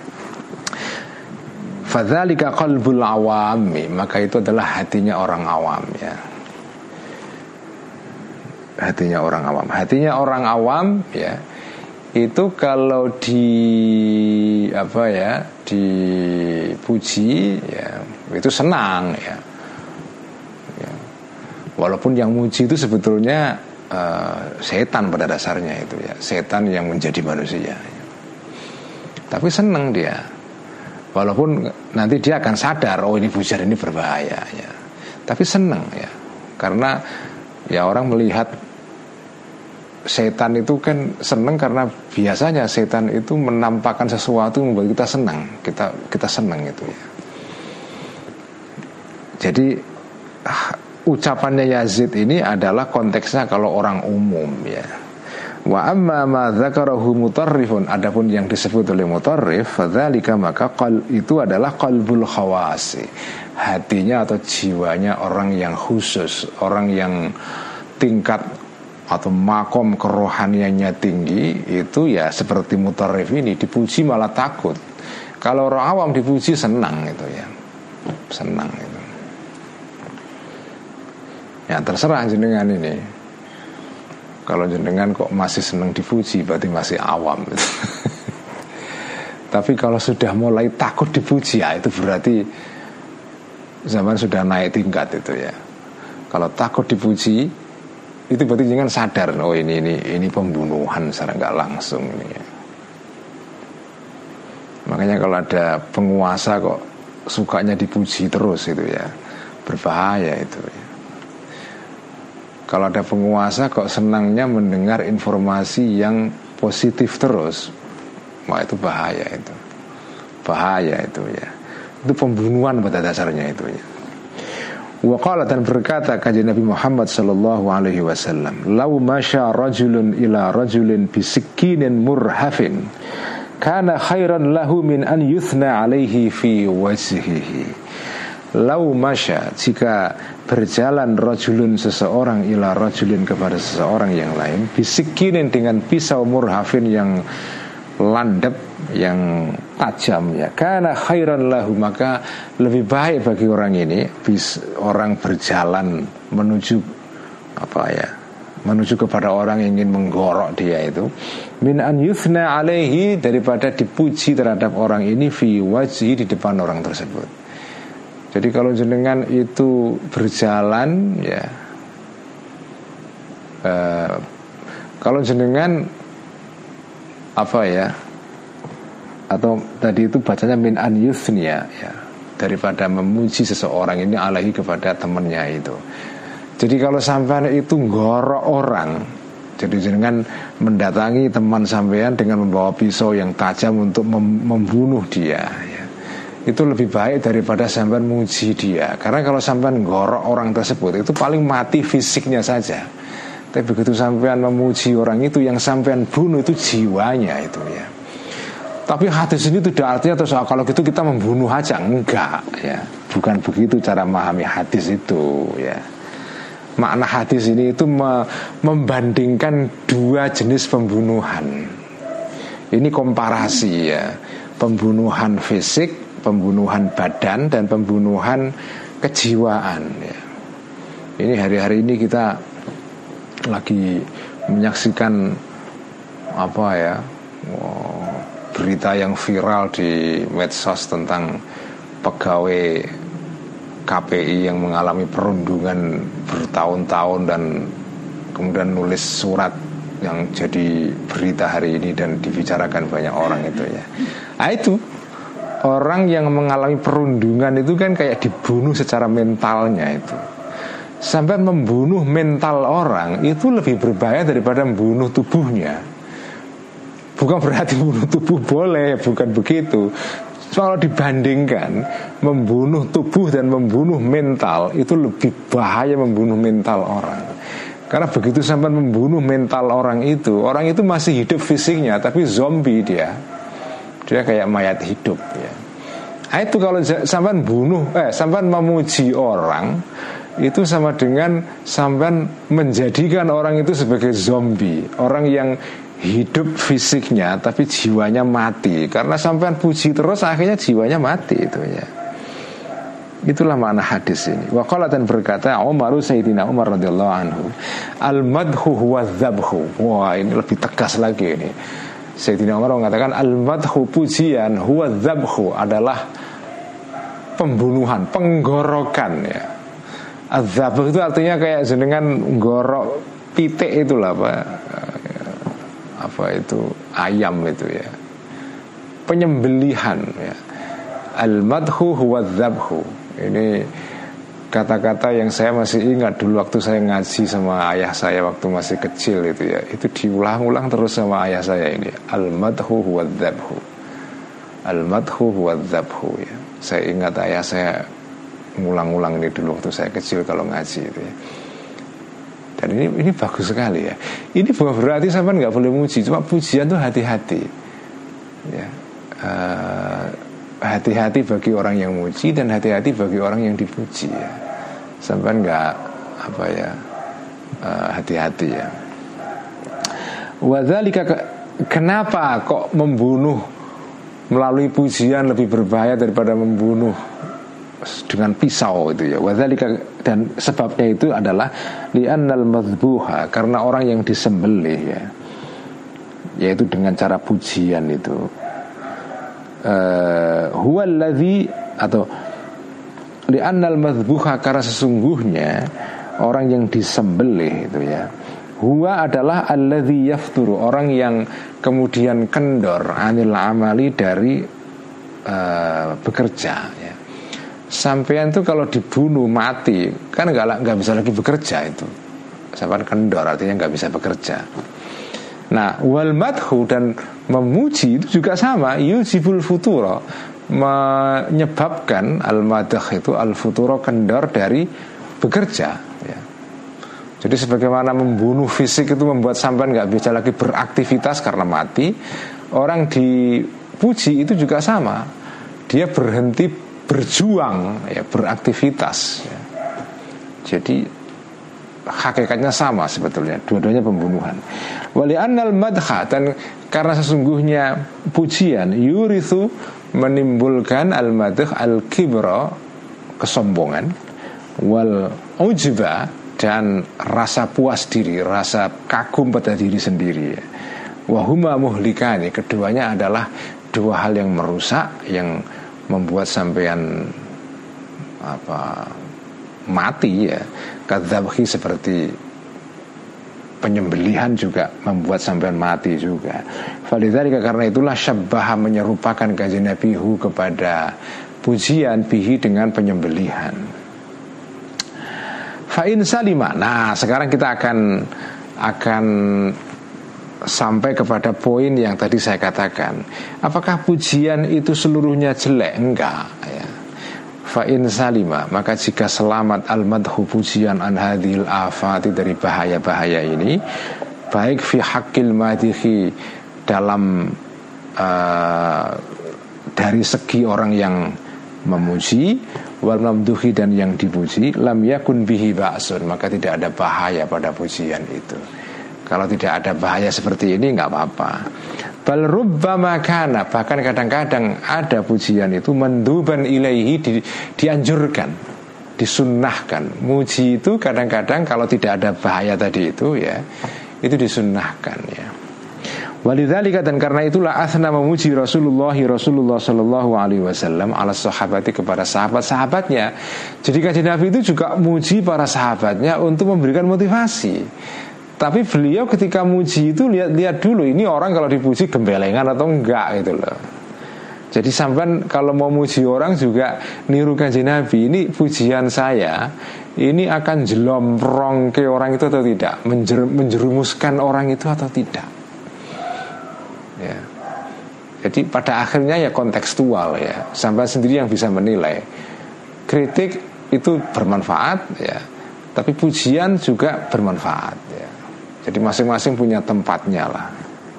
S1: fadzalika qalbul awami, maka itu adalah hatinya orang awam ya. Hatinya orang awam. Hatinya orang awam ya. Itu kalau di apa ya, dipuji ya, itu senang ya. Ya. Walaupun yang muji itu sebetulnya uh, setan pada dasarnya itu ya, setan yang menjadi manusia ya. Tapi senang dia. Walaupun nanti dia akan sadar, oh ini pujian ini berbahaya ya. Tapi senang ya. Karena ya orang melihat setan itu kan senang karena biasanya setan itu menampakkan sesuatu membuat kita senang, kita kita senang itu ya. Jadi ah, ucapannya Yazid ini adalah konteksnya kalau orang umum ya. Wa amma ma dzakarahu Mutarrifun, adapun yang disebut oleh Mutarrif, fadzalika maka qal itu adalah qalbul khawasi, hatinya atau jiwanya orang yang khusus, orang yang tingkat atau makom kerohaniannya tinggi, itu ya seperti Mutarrif ini dipuji malah takut. Kalau orang awam dipuji senang itu ya, senang itu. Ya terserah jenengan ini. Kalau jenengan kok masih senang dipuji berarti masih awam gitu. Tapi kalau sudah mulai takut dipuji ya itu berarti zaman sudah naik tingkat itu ya. Kalau takut dipuji itu berarti jangan sadar, oh ini ini ini pembunuhan secara nggak langsung ini ya. Makanya kalau ada penguasa kok sukanya dipuji terus itu ya, berbahaya itu ya. Kalau ada penguasa kok senangnya mendengar informasi yang positif terus, wah itu bahaya itu, bahaya itu ya. Itu pembunuhan pada dasarnya itu ya. Waqala, dan berkata kanjeng Nabi Muhammad sallallahu alaihi wasallam, "Lau masya rajulun ila rajulin bisikinin murhafin, kana khairan lahu min an yuthna alaihi fi wajhihi." Lau masya, jika berjalan rajulun seseorang ila rajulin kepada seseorang yang lain, bisikinin dengan pisau murhafin yang landep, yang tajam ya, karena khairan lahu, maka lebih baik bagi orang ini bis, orang berjalan menuju apa ya, menuju kepada orang yang ingin menggorok dia itu, min an yuthna alaihi, daripada dipuji terhadap orang ini fi wajhi, di depan orang tersebut. Jadi kalau jenengan itu berjalan ya uh, kalau jenengan apa ya, atau tadi itu bacanya min an yusniya ya, daripada memuji seseorang ini alaihi kepada temannya itu. Jadi kalau sampean itu ngorok orang, jadi jangan mendatangi teman sampean dengan membawa pisau yang tajam untuk mem- membunuh dia ya. Itu lebih baik daripada sampean muji dia. Karena kalau sampean ngorok orang tersebut, itu paling mati fisiknya saja. Tapi begitu sampean memuji orang itu, yang sampean bunuh itu jiwanya itu ya. Tapi hadis ini tidak artinya terus kalau gitu kita membunuh aja, enggak ya. Bukan begitu cara memahami hadis itu ya. Makna hadis ini itu me- membandingkan dua jenis pembunuhan. Ini komparasi ya. Pembunuhan fisik, pembunuhan badan, dan pembunuhan kejiwaan ya. Ini hari-hari ini kita lagi menyaksikan apa ya, wow, berita yang viral di medsos tentang pegawai K P I yang mengalami perundungan bertahun-tahun dan kemudian nulis surat yang jadi berita hari ini dan dibicarakan banyak orang itu ya. Nah itu orang yang mengalami perundungan itu kan kayak dibunuh secara mentalnya itu. Sampai membunuh mental orang itu lebih berbahaya daripada membunuh tubuhnya. Bukan berarti membunuh tubuh boleh, bukan begitu. Kalau dibandingkan membunuh tubuh dan membunuh mental, itu lebih bahaya membunuh mental orang. Karena begitu sampai membunuh mental orang itu, orang itu masih hidup fisiknya, tapi zombie dia. Dia kayak mayat hidup ya. Nah, itu kalau sampai bunuh, eh sampai memuji orang, itu sama dengan sampai menjadikan orang itu sebagai zombie, orang yang hidup fisiknya tapi jiwanya mati. Karena sampean puji terus akhirnya jiwanya mati itu ya. Itulah makna hadis ini. Wa qala, dan berkata Umar, Sayyidina Umar radhiyallahu anhu, al-madhu huwa dzabhu. Wah, ini lebih tegas lagi ini. Sayyidina Umar mengatakan al-madhu, pujian, huwa dzabhu, adalah pembunuhan, penggorokan ya. Az-dzabh itu artinya kayak jenengan gorok pitik itulah Pak. Apa itu ayam itu ya, penyembelihan ya. Al-madhu huwa dzabhu. Ini kata-kata yang saya masih ingat dulu waktu saya ngaji sama ayah saya waktu masih kecil itu ya. Itu diulang-ulang terus sama ayah saya ini. Al-madhu huwa dzabhu. Al-madhu huwa dzabhu ya. Saya ingat ayah saya ngulang-ulang ini dulu waktu saya kecil kalau ngaji itu ya. Dan ini ini bagus sekali ya. Ini bukan berarti sampai nggak boleh muji, cuma pujian tuh hati-hati. Ya, uh, hati-hati bagi orang yang muji dan hati-hati bagi orang yang dipuji. Ya. Sampai nggak apa ya, uh, hati-hati ya. Wadzalika, kenapa kok membunuh melalui pujian lebih berbahaya daripada membunuh dengan pisau itu ya. Wadzalika, dan sebabnya itu adalah li'annal madhbuha, karena orang yang disembelih ya, yaitu dengan cara pujian itu, uh, huwa alladhi, atau li'annal madhbuha, karena sesungguhnya orang yang disembelih itu ya, huwa adalah alladhi yafturu, orang yang kemudian kendor anil amali, dari uh, bekerja ya. Sampean tuh kalau dibunuh mati kan nggak nggak bisa lagi bekerja itu. Sampean kendor artinya nggak bisa bekerja. Nah, wal madhu, dan memuji itu juga sama, yujibul futuro, menyebabkan al madh itu al futuro, kendor dari bekerja ya. Jadi sebagaimana membunuh fisik itu membuat sampean nggak bisa lagi beraktivitas karena mati, orang dipuji itu juga sama, dia berhenti berjuang ya, beraktivitas ya. Jadi hakikatnya sama sebetulnya, dua-duanya pembunuhan. Wali annal madha, dan karena sesungguhnya pujian yurithu, menimbulkan al madh al kibra, kesombongan, wal ujba, dan rasa puas diri, rasa kagum pada diri sendiri ya. Wahuma muhlikani, keduanya adalah dua hal yang merusak, yang membuat sampean apa mati ya. Kadzabhi, seperti penyembelihan juga membuat sampean mati juga. Falidzalika, karena itulah syabbaha menyerupakan kanjeng Nabi hu kepada pujian bihi dengan penyembelihan. Fa in salima. Nah, sekarang kita akan akan sampai kepada poin yang tadi saya katakan. Apakah pujian itu seluruhnya jelek? Enggak, ya. Fa in salima, maka jika selamat al-madhu pujian an hadhil afati, dari bahaya-bahaya ini, baik fi haqqil madhi, dalam uh, dari segi orang yang memuji, wal mamduhi, dan yang dipuji, lam yakun bihi ba'sun, maka tidak ada bahaya pada pujian itu. Kalau tidak ada bahaya seperti ini nggak apa-apa. Bal rubbama kana, bahkan kadang-kadang ada pujian itu manduban ilaihi, di, dianjurkan, disunnahkan. Muji itu kadang-kadang kalau tidak ada bahaya tadi itu, ya, itu disunnahkan, ya. Walidzalika, dan karena itulah asna memuji Rasulullah Rasulullah sallallahu alaihi wasallam ala sahabati, kepada sahabat-sahabatnya. Jadi kanjeng Nabi itu juga muji para sahabatnya untuk memberikan motivasi. Tapi beliau ketika muji itu lihat-lihat dulu, ini orang kalau dipuji gembelengan atau enggak gitu loh. Jadi sampean kalau mau muji orang juga niru kanjeng Nabi, ini pujian saya ini akan jelomprong ke orang itu atau tidak, Menjer, menjerumuskan orang itu atau tidak, ya. Jadi pada akhirnya ya kontekstual, ya. Sampean sendiri yang bisa menilai. Kritik itu bermanfaat, ya, tapi pujian juga bermanfaat, ya. Jadi masing-masing punya tempatnya lah.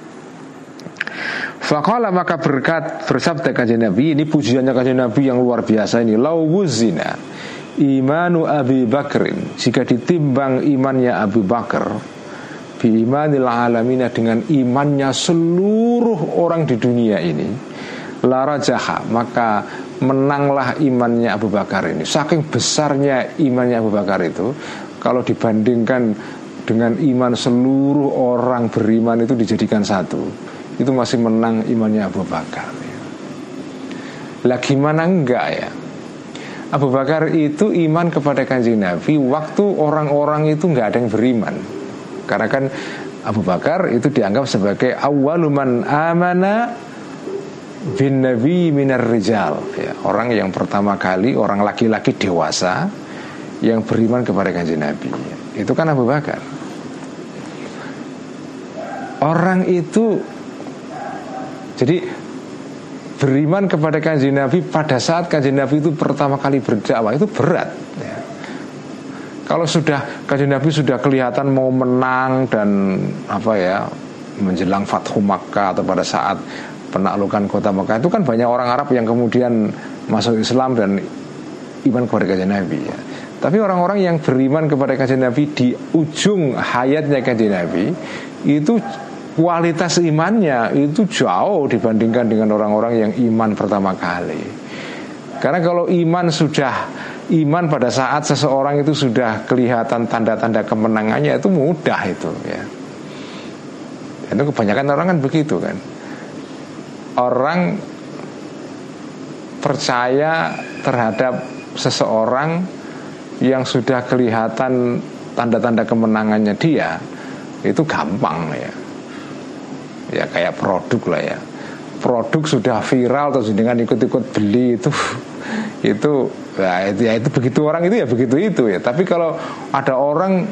S1: Faqala, maka berkat bersabda kanjeng Nabi, ini pujiannya kanjeng Nabi yang luar biasa ini. Lau wuzina imanu Abi Bakrin, jika ditimbang imannya Abu Bakar bi imanil alamina, dengan imannya seluruh orang di dunia ini, la rajaha, maka menanglah imannya Abu Bakar ini. Saking besarnya imannya Abu Bakar itu, kalau dibandingkan dengan iman seluruh orang beriman itu dijadikan satu, itu masih menang imannya Abu Bakar, ya. Lah gimana enggak, ya? Abu Bakar itu iman kepada kanjeng Nabi waktu orang-orang itu enggak ada yang beriman. Karena kan Abu Bakar itu dianggap sebagai awwaluman amana bin nabi minar rijal, ya, orang yang pertama kali, orang laki-laki dewasa yang beriman kepada kanjeng Nabi, ya. Itu kan Abu Bakar. Orang itu jadi beriman kepada kanjeng Nabi pada saat kanjeng Nabi itu pertama kali berdakwah itu berat, ya. Kalau sudah kanjeng Nabi sudah kelihatan mau menang dan apa ya, menjelang Fathu Makkah atau pada saat penaklukan kota Makkah, itu kan banyak orang Arab yang kemudian masuk Islam dan iman kepada kanjeng Nabi, ya. Tapi orang-orang yang beriman kepada kanjeng Nabi di ujung hayatnya kanjeng Nabi itu kualitas imannya itu jauh dibandingkan dengan orang-orang yang iman pertama kali. Karena kalau iman sudah iman pada saat seseorang itu sudah kelihatan tanda-tanda kemenangannya, itu mudah itu, ya. Itu kebanyakan orang kan begitu kan. Orang percaya terhadap seseorang yang sudah kelihatan tanda-tanda kemenangannya dia, itu gampang, ya. Ya kayak produk lah, ya. Produk sudah viral terus dengan ikut-ikut beli itu itu ya, itu ya itu begitu orang itu ya begitu itu, ya. Tapi kalau ada orang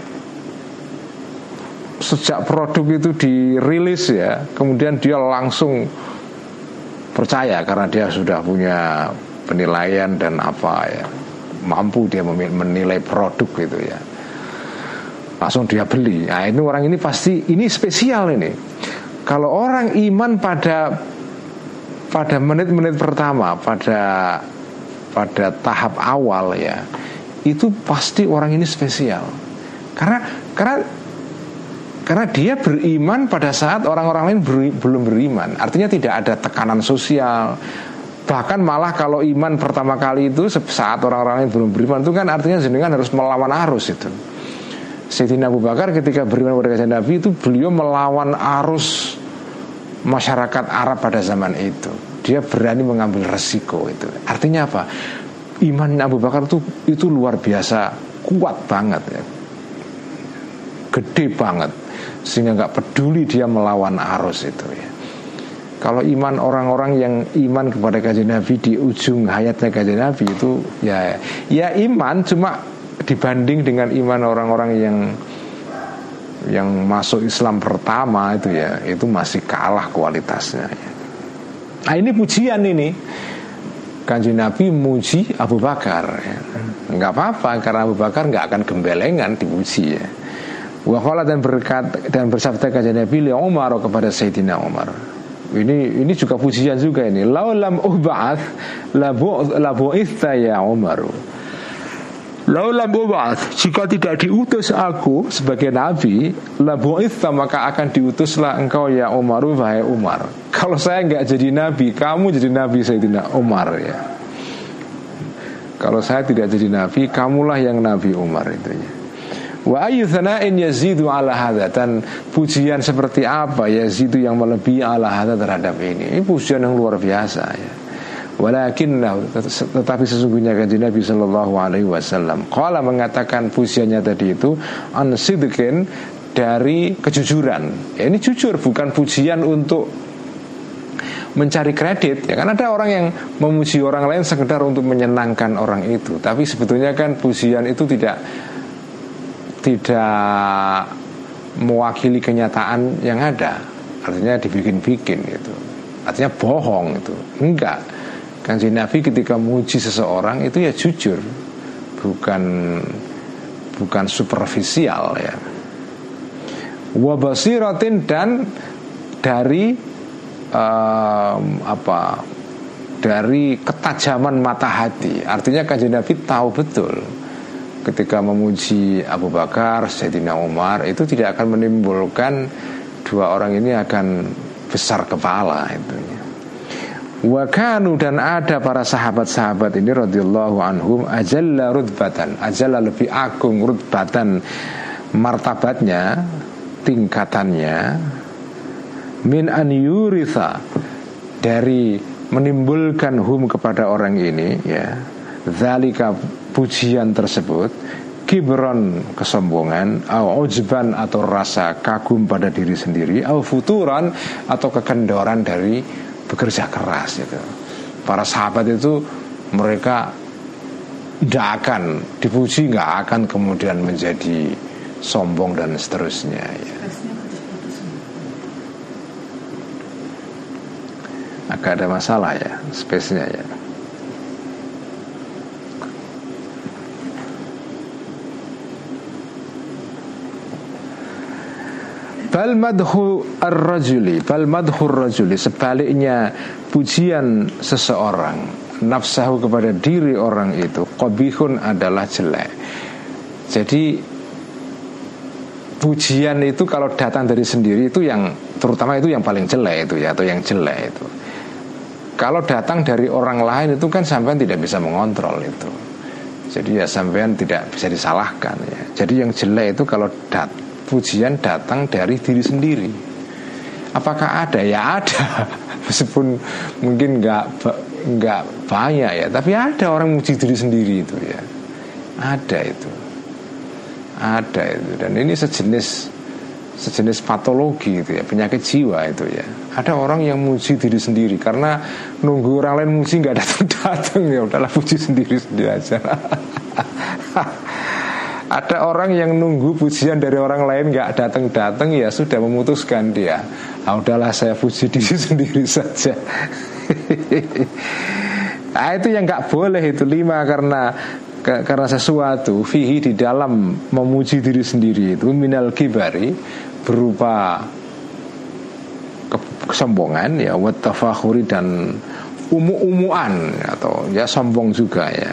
S1: sejak produk itu dirilis, ya, kemudian dia langsung percaya karena dia sudah punya penilaian dan apa, ya, mampu dia menilai produk gitu, ya, langsung dia beli. Nah, ini orang ini pasti ini spesial ini. Kalau orang iman pada pada menit-menit pertama, pada pada tahap awal, ya, itu pasti orang ini spesial. Karena karena karena dia beriman pada saat orang-orang lain beri, belum beriman. Artinya tidak ada tekanan sosial. Bahkan malah kalau iman pertama kali itu saat orang-orang lain belum beriman, itu kan artinya jenengan harus melawan arus itu. Sayyidina Abu Bakar ketika beriman kepada kanjeng Nabi itu beliau melawan arus masyarakat Arab pada zaman itu. Dia berani mengambil resiko itu. Artinya apa? Iman Abu Bakar itu itu luar biasa kuat banget, ya. Gede banget. sehingga nggak peduli dia melawan arus itu ya. Kalau iman orang-orang yang iman kepada kanjeng Nabi di ujung hayatnya kanjeng Nabi itu ya ya iman, cuma dibanding dengan iman orang-orang yang yang masuk Islam pertama itu ya, itu masih kalah kualitasnya ya. Nah ini pujian ini, kanjeng Nabi muji Abu Bakar ya. Nggak apa-apa, karena Abu Bakar nggak akan gembelengan dipuji ya. Wa qala, dan berkat dan bersabda kanjeng Nabi li Umar, kepada Sayyidina Umar. Ini ini juga pujian juga ini. Laulam ub'ats la bu'itsa ya Umar. Laulam ub'ats, jika tidak diutus aku sebagai nabi, la bu'itsa, maka akan diutuslah engkau ya Umar, wahai Umar. Kalau saya enggak jadi nabi, kamu jadi nabi Sayyidina Umar ya. Kalau saya tidak jadi nabi, kamulah yang Nabi Umar itu ya. Wa ayyu thana'in yazidu ala hadza, dan pujian seperti apa yazidu yang melebihi ala hadza terhadap ini. Ini pujian yang luar biasa ya. Walakinna, tetapi sesungguhnya kanjeng Nabi sallallahu alaihi wasallam qala, mengatakan pujiannya tadi itu an sidqin, dari kejujuran. Ya, ini jujur, bukan pujian untuk mencari kredit ya. Kan ada orang yang memuji orang lain sekedar untuk menyenangkan orang itu, tapi sebetulnya kan pujian itu tidak tidak mewakili kenyataan yang ada. Artinya dibikin-bikin gitu. Artinya bohong itu. Enggak. Kanjeng Nabi ketika muji seseorang itu ya jujur, bukan bukan superficial ya. Wa basiratin, dan dari um, apa? Dari ketajaman mata hati. Artinya kanjeng Nabi tahu betul ketika memuji Abu Bakar, Sayyidina Umar, itu tidak akan menimbulkan dua orang ini akan besar kepala itu. Wa kanu, dan ada para sahabat-sahabat ini radhiyallahu anhum ajalla rutbatan, ajalla lebih agung rutbatan martabatnya, tingkatannya, min an yuritha, dari menimbulkan hum kepada orang ini ya, zalika, pujian tersebut, kibron, kesombongan, au ujban, atau rasa kagum pada diri sendiri, au futuran, atau kekendoran dari bekerja keras itu. Para sahabat itu mereka tidak akan dipuji, nggak akan kemudian menjadi sombong dan seterusnya ya. Agak ada masalah ya space-nya ya. Bal madhu ar-rajuli, bal madhu ar-rajuli, sebaliknya pujian seseorang nafsahu, kepada diri orang itu, qabihun, adalah jelek. Jadi pujian itu kalau datang dari sendiri itu yang, terutama itu yang paling jelek itu ya, atau yang jelek itu. Kalau datang dari orang lain itu kan sampean tidak bisa mengontrol itu. Jadi ya sampean tidak bisa disalahkan ya. Jadi yang jelek itu kalau dat pujian datang dari diri sendiri. Apakah ada? Ya ada. Meskipun mungkin nggak nggak banyak ya, tapi ada orang muji diri sendiri itu ya. Ada itu. Ada itu. Dan ini sejenis sejenis patologi itu ya, penyakit jiwa itu ya. Ada orang yang muji diri sendiri karena nunggu orang lain muji nggak datang-datang, ya udahlah puji sendiri sendiri aja. Ada orang yang nunggu pujian dari orang lain nggak datang-datang, ya sudah memutuskan dia, ah udahlah saya puji diri sendiri saja. Nah itu yang nggak boleh itu. Lima, karena karena sesuatu fihi, di dalam memuji diri sendiri itu, minal kibari, berupa kesombongan ya, wat tafakhuri, dan umu-umuan atau ya sombong juga ya.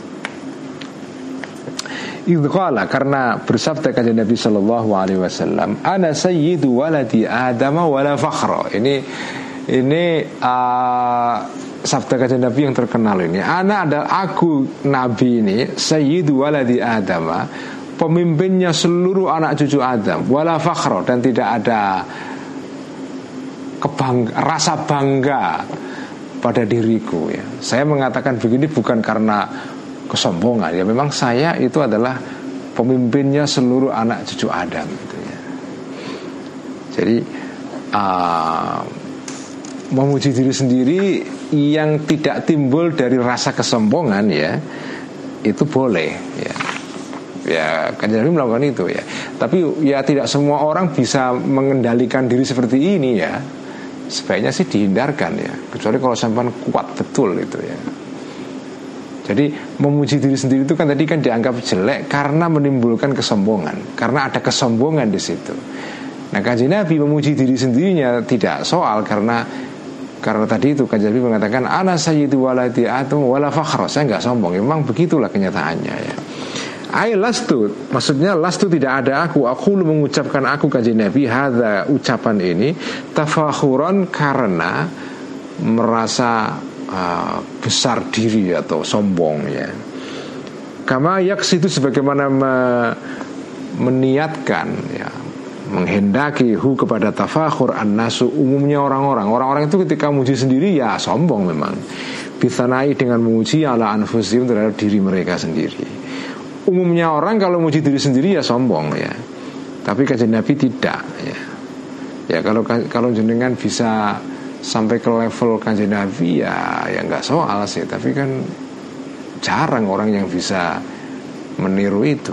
S1: Idqala, karena bersabda kanjeng Nabi sallallahu alaihi wasallam, ana sayyidu waladi Adam wala fakhra. Ini ini uh, sabda kanjeng Nabi yang terkenal ini. Ana adalah aku Nabi ini, sayyidu waladi Adam, pemimpinnya seluruh anak cucu Adam, wala fakhra, dan tidak ada kebangga, rasa bangga pada diriku ya. Saya mengatakan begini bukan karena kesombongan ya, memang saya itu adalah pemimpinnya seluruh anak cucu Adam gitu ya. Jadi uh, memuji diri sendiri yang tidak timbul dari rasa kesombongan ya, itu boleh ya. Ya, Kanjeng Nabi melakukan itu ya. Tapi ya tidak semua orang bisa mengendalikan diri seperti ini ya. Sebaiknya sih dihindarkan ya, kecuali kalau sampai kuat betul itu ya. Jadi memuji diri sendiri itu kan tadi kan dianggap jelek karena menimbulkan kesombongan, karena ada kesombongan di situ. Nah, Kanjeng Nabi memuji diri sendirinya tidak soal karena karena tadi itu Kanjeng Nabi mengatakan ana sayyidu waladi Adam wala fakhra, saya enggak sombong. Memang begitulah kenyataannya ya. Ai lastu, maksudnya lastu tidak ada aku, aku mengucapkan aku Kanjeng Nabi hadza ucapan ini tafakhuran karena merasa uh, besar diri atau sombong ya. Kama yaksidu sebagaimana me, meniatkan ya, menghendaki hu kepada tafakhur an-nasu umumnya orang-orang. Orang-orang itu ketika memuji sendiri ya sombong memang. Bithanai dengan memuji ala anfusihim terhadap diri mereka sendiri. Umumnya orang kalau memuji diri sendiri ya sombong ya. Tapi Kanjeng Nabi tidak ya. Ya kalau kalau jenengan bisa sampai ke level Kanjeng Nabi ya ya enggak soal sih, tapi kan jarang orang yang bisa meniru itu.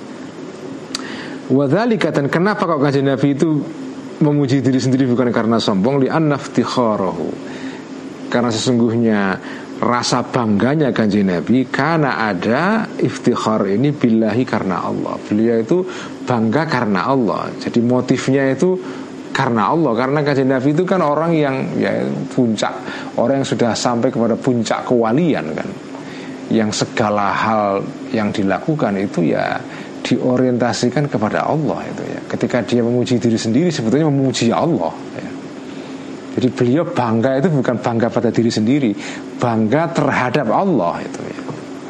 S1: Wadzalika, dan kenapa kok Kanjeng Nabi itu memuji diri sendiri bukan karena sombong, li annaftikharahu, karena sesungguhnya rasa bangganya Kanjeng Nabi karena ada iftikhar ini billahi karena Allah. Beliau itu bangga karena Allah. Jadi motifnya itu karena Allah, karena Kanjeng Nabi itu kan orang yang ya puncak, orang yang sudah sampai kepada puncak kewalian kan, yang segala hal yang dilakukan itu ya diorientasikan kepada Allah itu ya. Ketika dia memuji diri sendiri sebetulnya memuji Allah ya. Jadi beliau bangga itu bukan bangga pada diri sendiri, bangga terhadap Allah itu ya.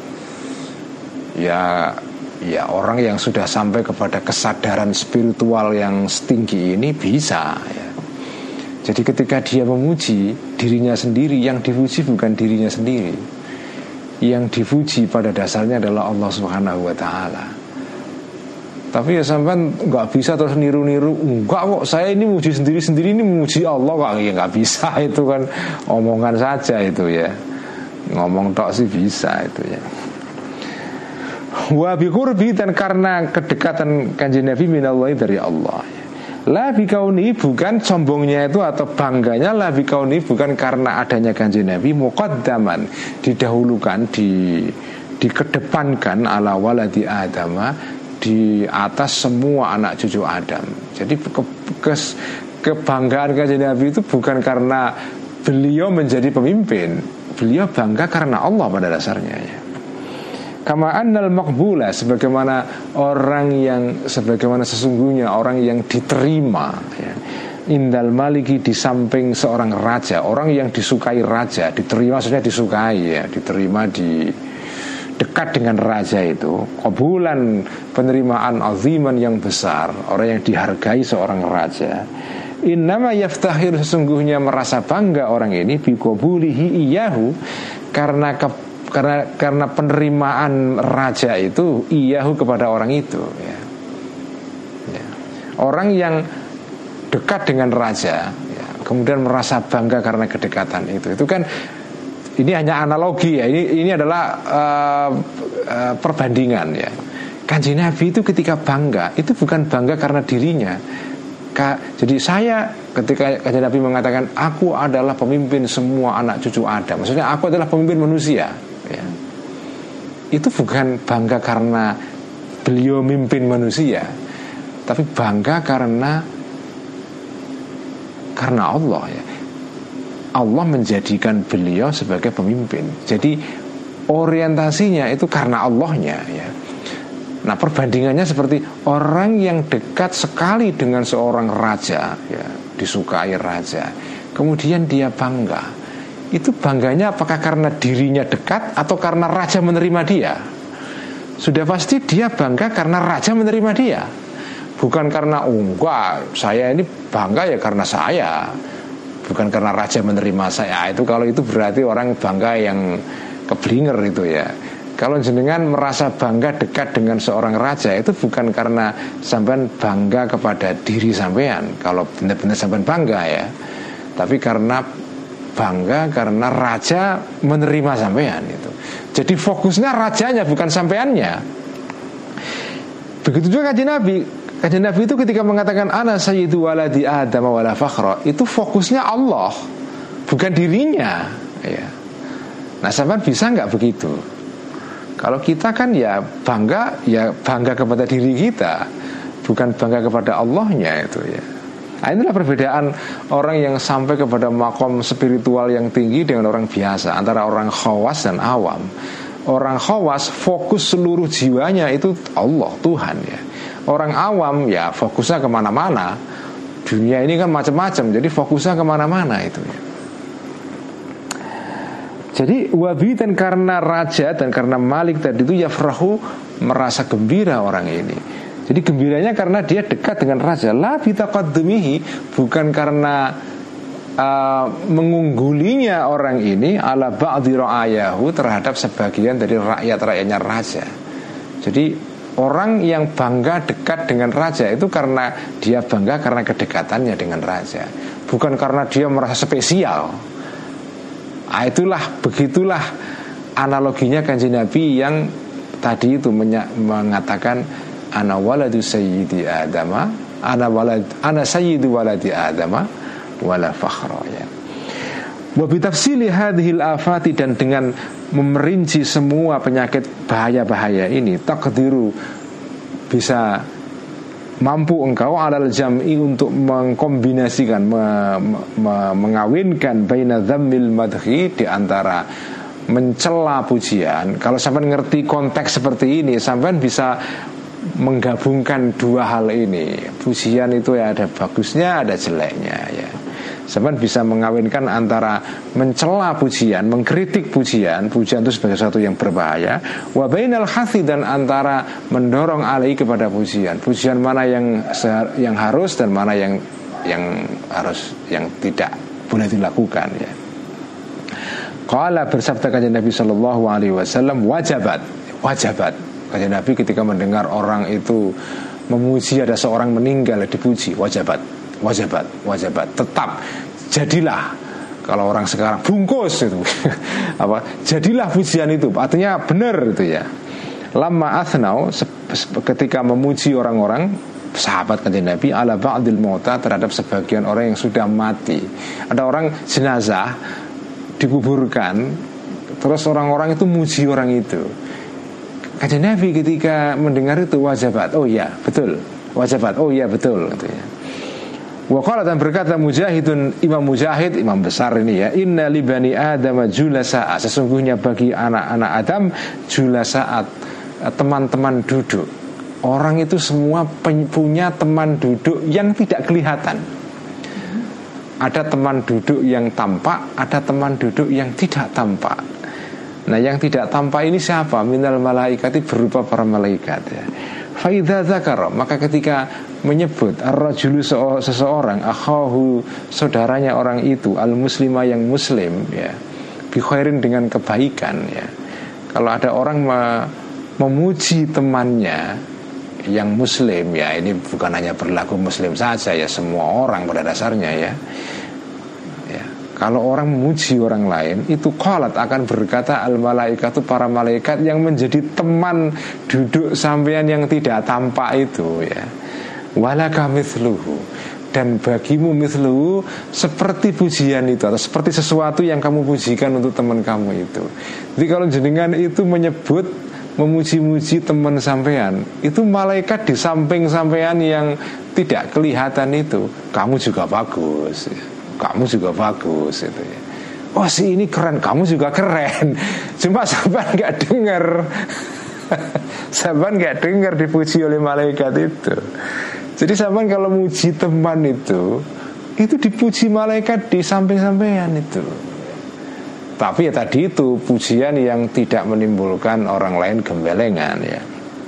S1: Ya, ya orang yang sudah sampai kepada kesadaran spiritual yang setinggi ini bisa ya. Jadi ketika dia memuji dirinya sendiri, yang dipuji bukan dirinya sendiri. Yang dipuji pada dasarnya adalah Allah Subhanahu wa taala. Tapi ya sampean nggak bisa terus niru-niru, enggak kok saya ini muji sendiri-sendiri, ini memuji Allah kok, ya nggak bisa, itu kan omongan saja itu ya, ngomong tok sih bisa itu ya. Wa bi qurbi, dan karena kedekatan Kanjeng Nabi minallahi dari Allah ya. La bi kauni, bukan sombongnya itu atau bangganya, la bi kauni bukan karena adanya Kanjeng Nabi muqaddaman, didahulukan, di dikedepankan ala waladi Adama, di atas semua anak cucu Adam. Jadi ke, ke, kebanggaan Kanjeng Nabi itu bukan karena beliau menjadi pemimpin, beliau bangga karena Allah pada dasarnya ya. Kama annal maqbula, sebagaimana orang yang sebagaimana sesungguhnya orang yang diterima ya, indal maliki, di samping seorang raja, orang yang disukai raja, diterima maksudnya disukai ya, diterima di dekat dengan raja itu, qabulan, penerimaan aziman yang besar, orang yang dihargai seorang raja. Innama yaftahir, sesungguhnya merasa bangga orang ini bi qabulihi iyahu, karena ke, karena karena penerimaan raja itu iyahu kepada orang itu ya. Ya. Orang yang dekat dengan raja ya, kemudian merasa bangga karena kedekatan itu. Itu kan ini hanya analogi ya. Ini ini adalah uh, uh, perbandingan ya. Kanjeng Nabi itu ketika bangga itu bukan bangga karena dirinya. Ka, jadi saya ketika Kanjeng Nabi mengatakan aku adalah pemimpin semua anak cucu Adam, maksudnya aku adalah pemimpin manusia ya. Itu bukan bangga karena beliau mimpin manusia, tapi bangga karena karena Allah ya. Allah menjadikan beliau sebagai pemimpin. Jadi orientasinya itu karena Allahnya ya. Nah perbandingannya seperti orang yang dekat sekali dengan seorang raja ya, disukai raja, kemudian dia bangga. Itu bangganya apakah karena dirinya dekat atau karena raja menerima dia? Sudah pasti dia bangga karena raja menerima dia, bukan karena oh enggak, saya ini bangga ya karena saya, bukan karena raja menerima saya. Itu kalau itu berarti orang bangga yang keblinger itu ya. Kalau jenengan merasa bangga dekat dengan seorang raja, itu bukan karena sampean bangga kepada diri sampean, kalau benar-benar sampean bangga ya, tapi karena bangga karena raja menerima sampean itu. Jadi fokusnya rajanya, bukan sampeannya. Begitu juga kanjeng Nabi. Kanjeng Nabi itu ketika mengatakan ana sayyidu waladi Adam wala fakhra, itu fokusnya Allah, bukan dirinya ya. Nah, sampean bisa nggak begitu? Kalau kita kan ya bangga, ya bangga kepada diri kita, bukan bangga kepada Allahnya itu ya. Nah, inilah perbedaan orang yang sampai kepada makom spiritual yang tinggi dengan orang biasa, antara orang khawas dan awam. Orang khawas fokus seluruh jiwanya itu Allah, Tuhan ya. Orang awam ya fokusnya kemana-mana. Dunia ini kan macam-macam, jadi fokusnya kemana-mana itu ya. Jadi wabi, dan karena raja dan karena malik tadi itu yafrahu, merasa gembira orang ini. Jadi gembiranya karena dia dekat dengan raja. La bitaqaddumihi, bukan karena uh, mengunggulinya orang ini ala ba'dhi ra'ayahu, terhadap sebagian dari rakyat-rakyatnya raja. Jadi orang yang bangga dekat dengan raja itu karena dia bangga karena kedekatannya dengan raja, bukan karena dia merasa spesial. Ah, itulah, begitulah analoginya kanjeng Nabi yang tadi itu menya- mengatakan ana waladu sayyidi adama, ana walad ana sayyidu waladi adama wala fakhra ya. Wa bi tafsili hadhil afati, dan dengan memerinci semua penyakit bahaya-bahaya ini, taqdiru, bisa mampu engkau alal jam'i, untuk mengkombinasikan, me, me, mengawinkan baina dhammil madhi, di antara mencela pujian. Kalau sampai ngerti konteks seperti ini, sampai bisa menggabungkan dua hal ini. Pujian itu ya ada bagusnya, ada jeleknya ya. Sampai bisa mengawinkan antara mencela pujian, mengkritik pujian, pujian itu sebagai sesuatu yang berbahaya, wa bainal hathi, dan antara mendorong alai kepada pujian. Pujian mana yang yang harus dan mana yang yang harus, yang tidak boleh dilakukan ya. Qala, bersabda kanjeng Nabi sallallahu alaihi wasallam, wajabat, wajabat. Kanjeng Nabi ketika mendengar orang itu memuji ada seorang meninggal dipuji, wajabat. Wajabat, wajabat, tetap jadilah. Kalau orang sekarang bungkus itu apa? Jadilah pujian itu, artinya benar itu ya. Lama athnau, ketika memuji orang-orang sahabat kanjeng Nabi ala ba'dil mauta, terhadap sebagian orang yang sudah mati. Ada orang jenazah dikuburkan, terus orang-orang itu muji orang itu. Kanjeng Nabi ketika mendengar itu wajabat, oh iya betul, wajabat, oh iya betul gitu ya. Waqala, dan berkata Mujahidun, Imam Mujahid, imam besar ini ya, inna li bani Adam julasa'a, sesungguhnya bagi anak-anak Adam julasa'at, teman-teman duduk. Orang itu semua punya teman duduk yang tidak kelihatan. Ada teman duduk yang tampak, ada teman duduk yang tidak tampak. Nah, yang tidak tampak ini siapa? Minal malaikati, berupa para malaikat ya. Fa idza dzakara, maka ketika menyebut ar-rajulu, seseorang, akhahu, saudaranya orang itu, al-muslimah, yang muslim ya, bi khairin, dengan kebaikan ya. Kalau ada orang me- memuji temannya yang muslim ya, ini bukan hanya berlaku muslim saja ya, semua orang pada dasarnya ya. Ya, kalau orang memuji orang lain, itu qalat, akan berkata al-malaikatu, para malaikat yang menjadi teman duduk sampean yang tidak tampak itu ya, walaka mithluhu, dan bagimu mithluhu, seperti pujian itu, atau seperti sesuatu yang kamu pujikan untuk teman kamu itu. Jadi kalau jenengan itu menyebut, memuji-muji teman sampean, itu malaikat di samping sampean yang tidak kelihatan itu, kamu juga bagus, kamu juga bagus itu ya. Oh, si ini keren, kamu juga keren. Cuma sampean nggak dengar, sampean nggak dengar dipuji oleh malaikat itu. Jadi sampean kalau muji teman itu, itu dipuji malaikat di samping sampean itu. Tapi ya tadi itu pujian yang tidak menimbulkan orang lain gembelengan ya.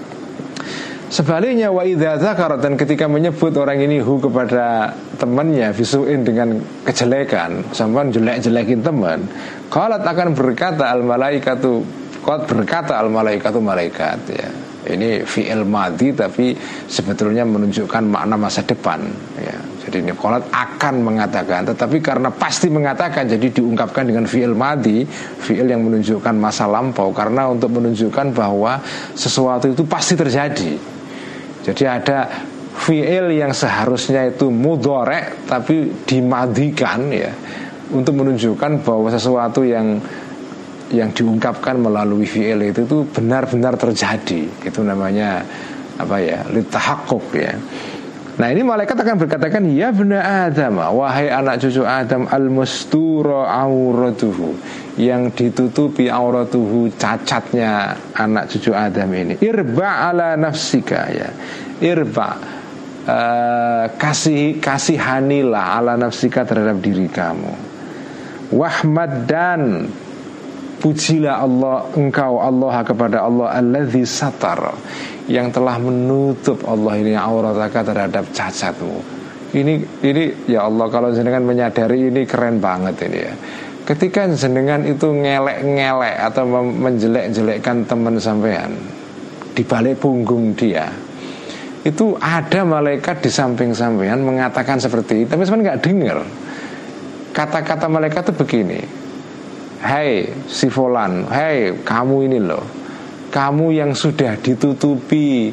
S1: Sebaliknya wa idza dzakara, dan ketika menyebut orang ini hu kepada temannya bisuin, dengan kejelekan, sampean jelek-jelekin teman, qalat, akan berkata al malaikatu, Qad berkata al-malaikatu malaikat ya. Ini fi'il madhi tapi sebetulnya menunjukkan makna masa depan ya. Jadi ini qalat akan mengatakan, tetapi karena pasti mengatakan jadi diungkapkan dengan fi'il madhi, fi'il yang menunjukkan masa lampau, karena untuk menunjukkan bahwa sesuatu itu pasti terjadi. Jadi ada fi'il yang seharusnya itu mudhari' tapi dimadhikan ya, untuk menunjukkan bahwa sesuatu yang yang diungkapkan melalui fi'il itu tuh benar-benar terjadi. Itu namanya apa ya? Litahaqquq ya. Nah, ini malaikat akan berkatakan, ya bna Adam, wahai anak cucu Adam, al-mustura auratuhu, yang ditutupi auratuhu, cacatnya anak cucu Adam ini. Irba ala nafsika ya. Irba uh, kasih kasihanilah ala nafsika terhadap diri kamu. Wahmad dan pujilah Allah engkau Allah kepada Allah alladzi satar, yang telah menutup Allah ini aurataka terhadap cacatmu. Ini ini ya Allah, kalau jenengan menyadari ini keren banget ini ya. Ketika jenengan itu ngelek-ngelek atau menjelek-jelekkan teman sampean di balik punggung dia, itu ada malaikat di samping sampean mengatakan seperti itu, tapi sampean nggak dengar. Kata-kata malaikat itu begini, hai si fulan, hai kamu ini loh, kamu yang sudah ditutupi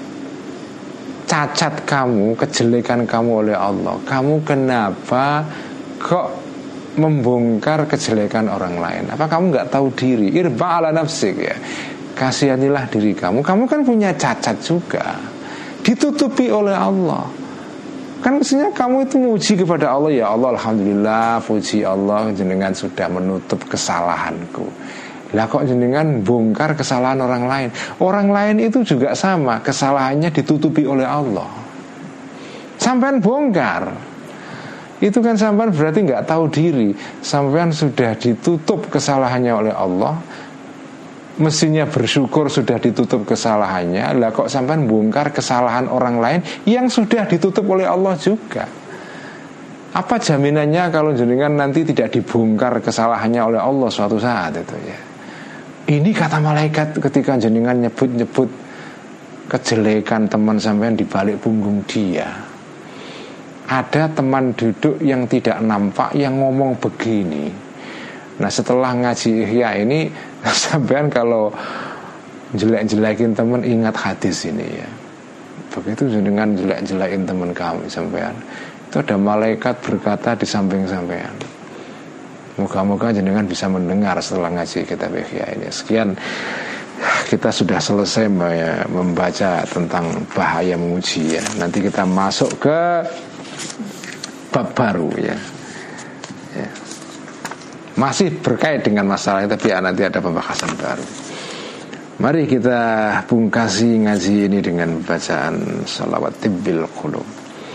S1: cacat kamu, kejelekan kamu oleh Allah, kamu kenapa kok membongkar kejelekan orang lain? Apa kamu nggak tahu diri? Irba ala nafsik ya, kasihanilah diri kamu. Kamu kan punya cacat juga, ditutupi oleh Allah. Kan mestinya kamu itu muji kepada Allah, ya Allah alhamdulillah, puji Allah jenengan sudah menutup kesalahanku. Lah kok jenengan bongkar kesalahan orang lain? Orang lain itu juga sama, kesalahannya ditutupi oleh Allah. Sampean bongkar, itu kan sampean berarti nggak tahu diri. Sampean sudah ditutup kesalahannya oleh Allah, mestinya bersyukur sudah ditutup kesalahannya. Lah kok sampean bongkar kesalahan orang lain yang sudah ditutup oleh Allah juga? Apa jaminannya kalau jenengan nanti tidak dibongkar kesalahannya oleh Allah suatu saat itu ya? Ini kata malaikat ketika jenengan nyebut-nyebut kejelekan teman sampean di balik punggung dia. Ada teman duduk yang tidak nampak yang ngomong begini. Nah, setelah ngaji Ihya ini, sampean kalau jelek-jelekin teman ingat hadis ini ya. Begitu jenengan jelek-jelekin teman kamu sampean, itu ada malaikat berkata di samping sampean. Moga-moga jenengan bisa mendengar setelah ngaji kitab Ihya ini. Sekian, kita sudah selesai membaca tentang bahaya memuji ya. Nanti kita masuk ke bab baru ya. Ya. Masih berkait dengan masalah ini, tapi ya nanti ada pembahasan baru. Mari kita pungkasi ngaji ini dengan bacaan salawat tibbil qulub.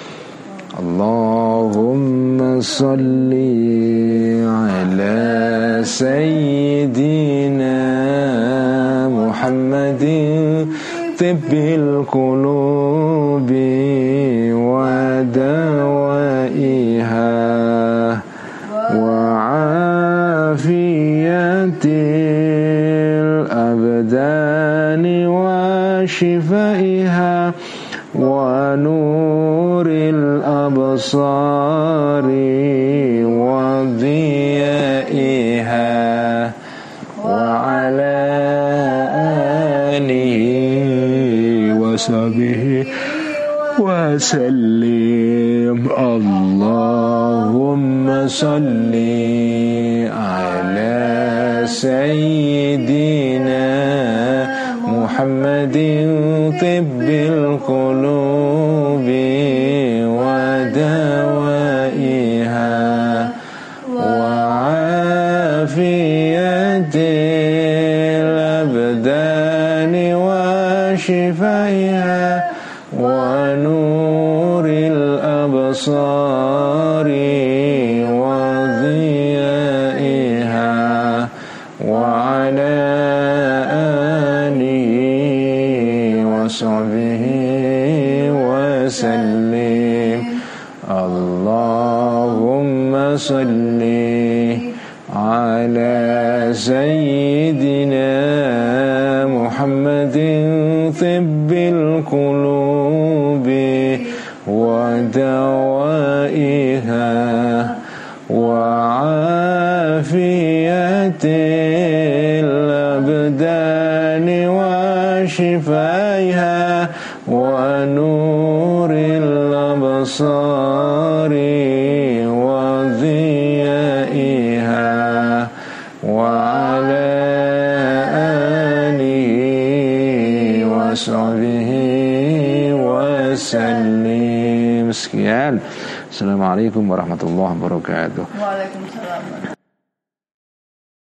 S1: Allahumma salli ala sayyidina Muhammadin tibbil qulubi wa dawaiha wa afiyatil abdani wa shifaiha wa nuril absari wa dhiyaiha wa ala alihi wa sahbihi wa sallim. Allahumma salli ala sayyidina Muhammadin tibbil qulubi wa dawaiha wa afiyatil abdani wa shifaiha wa nuril absari wa dhiyaiha wa ala sahbihi wa sallim. Allahumma salli ala sayyidina طب القلوب ودوائها وعافية الأبدان وشفائها ونور الأبصار وضيائها وعلى آله وصحبه وسلم. Sekian. Assalamualaikum warahmatullahi wabarakatuh.
S2: Waalaikumsalam.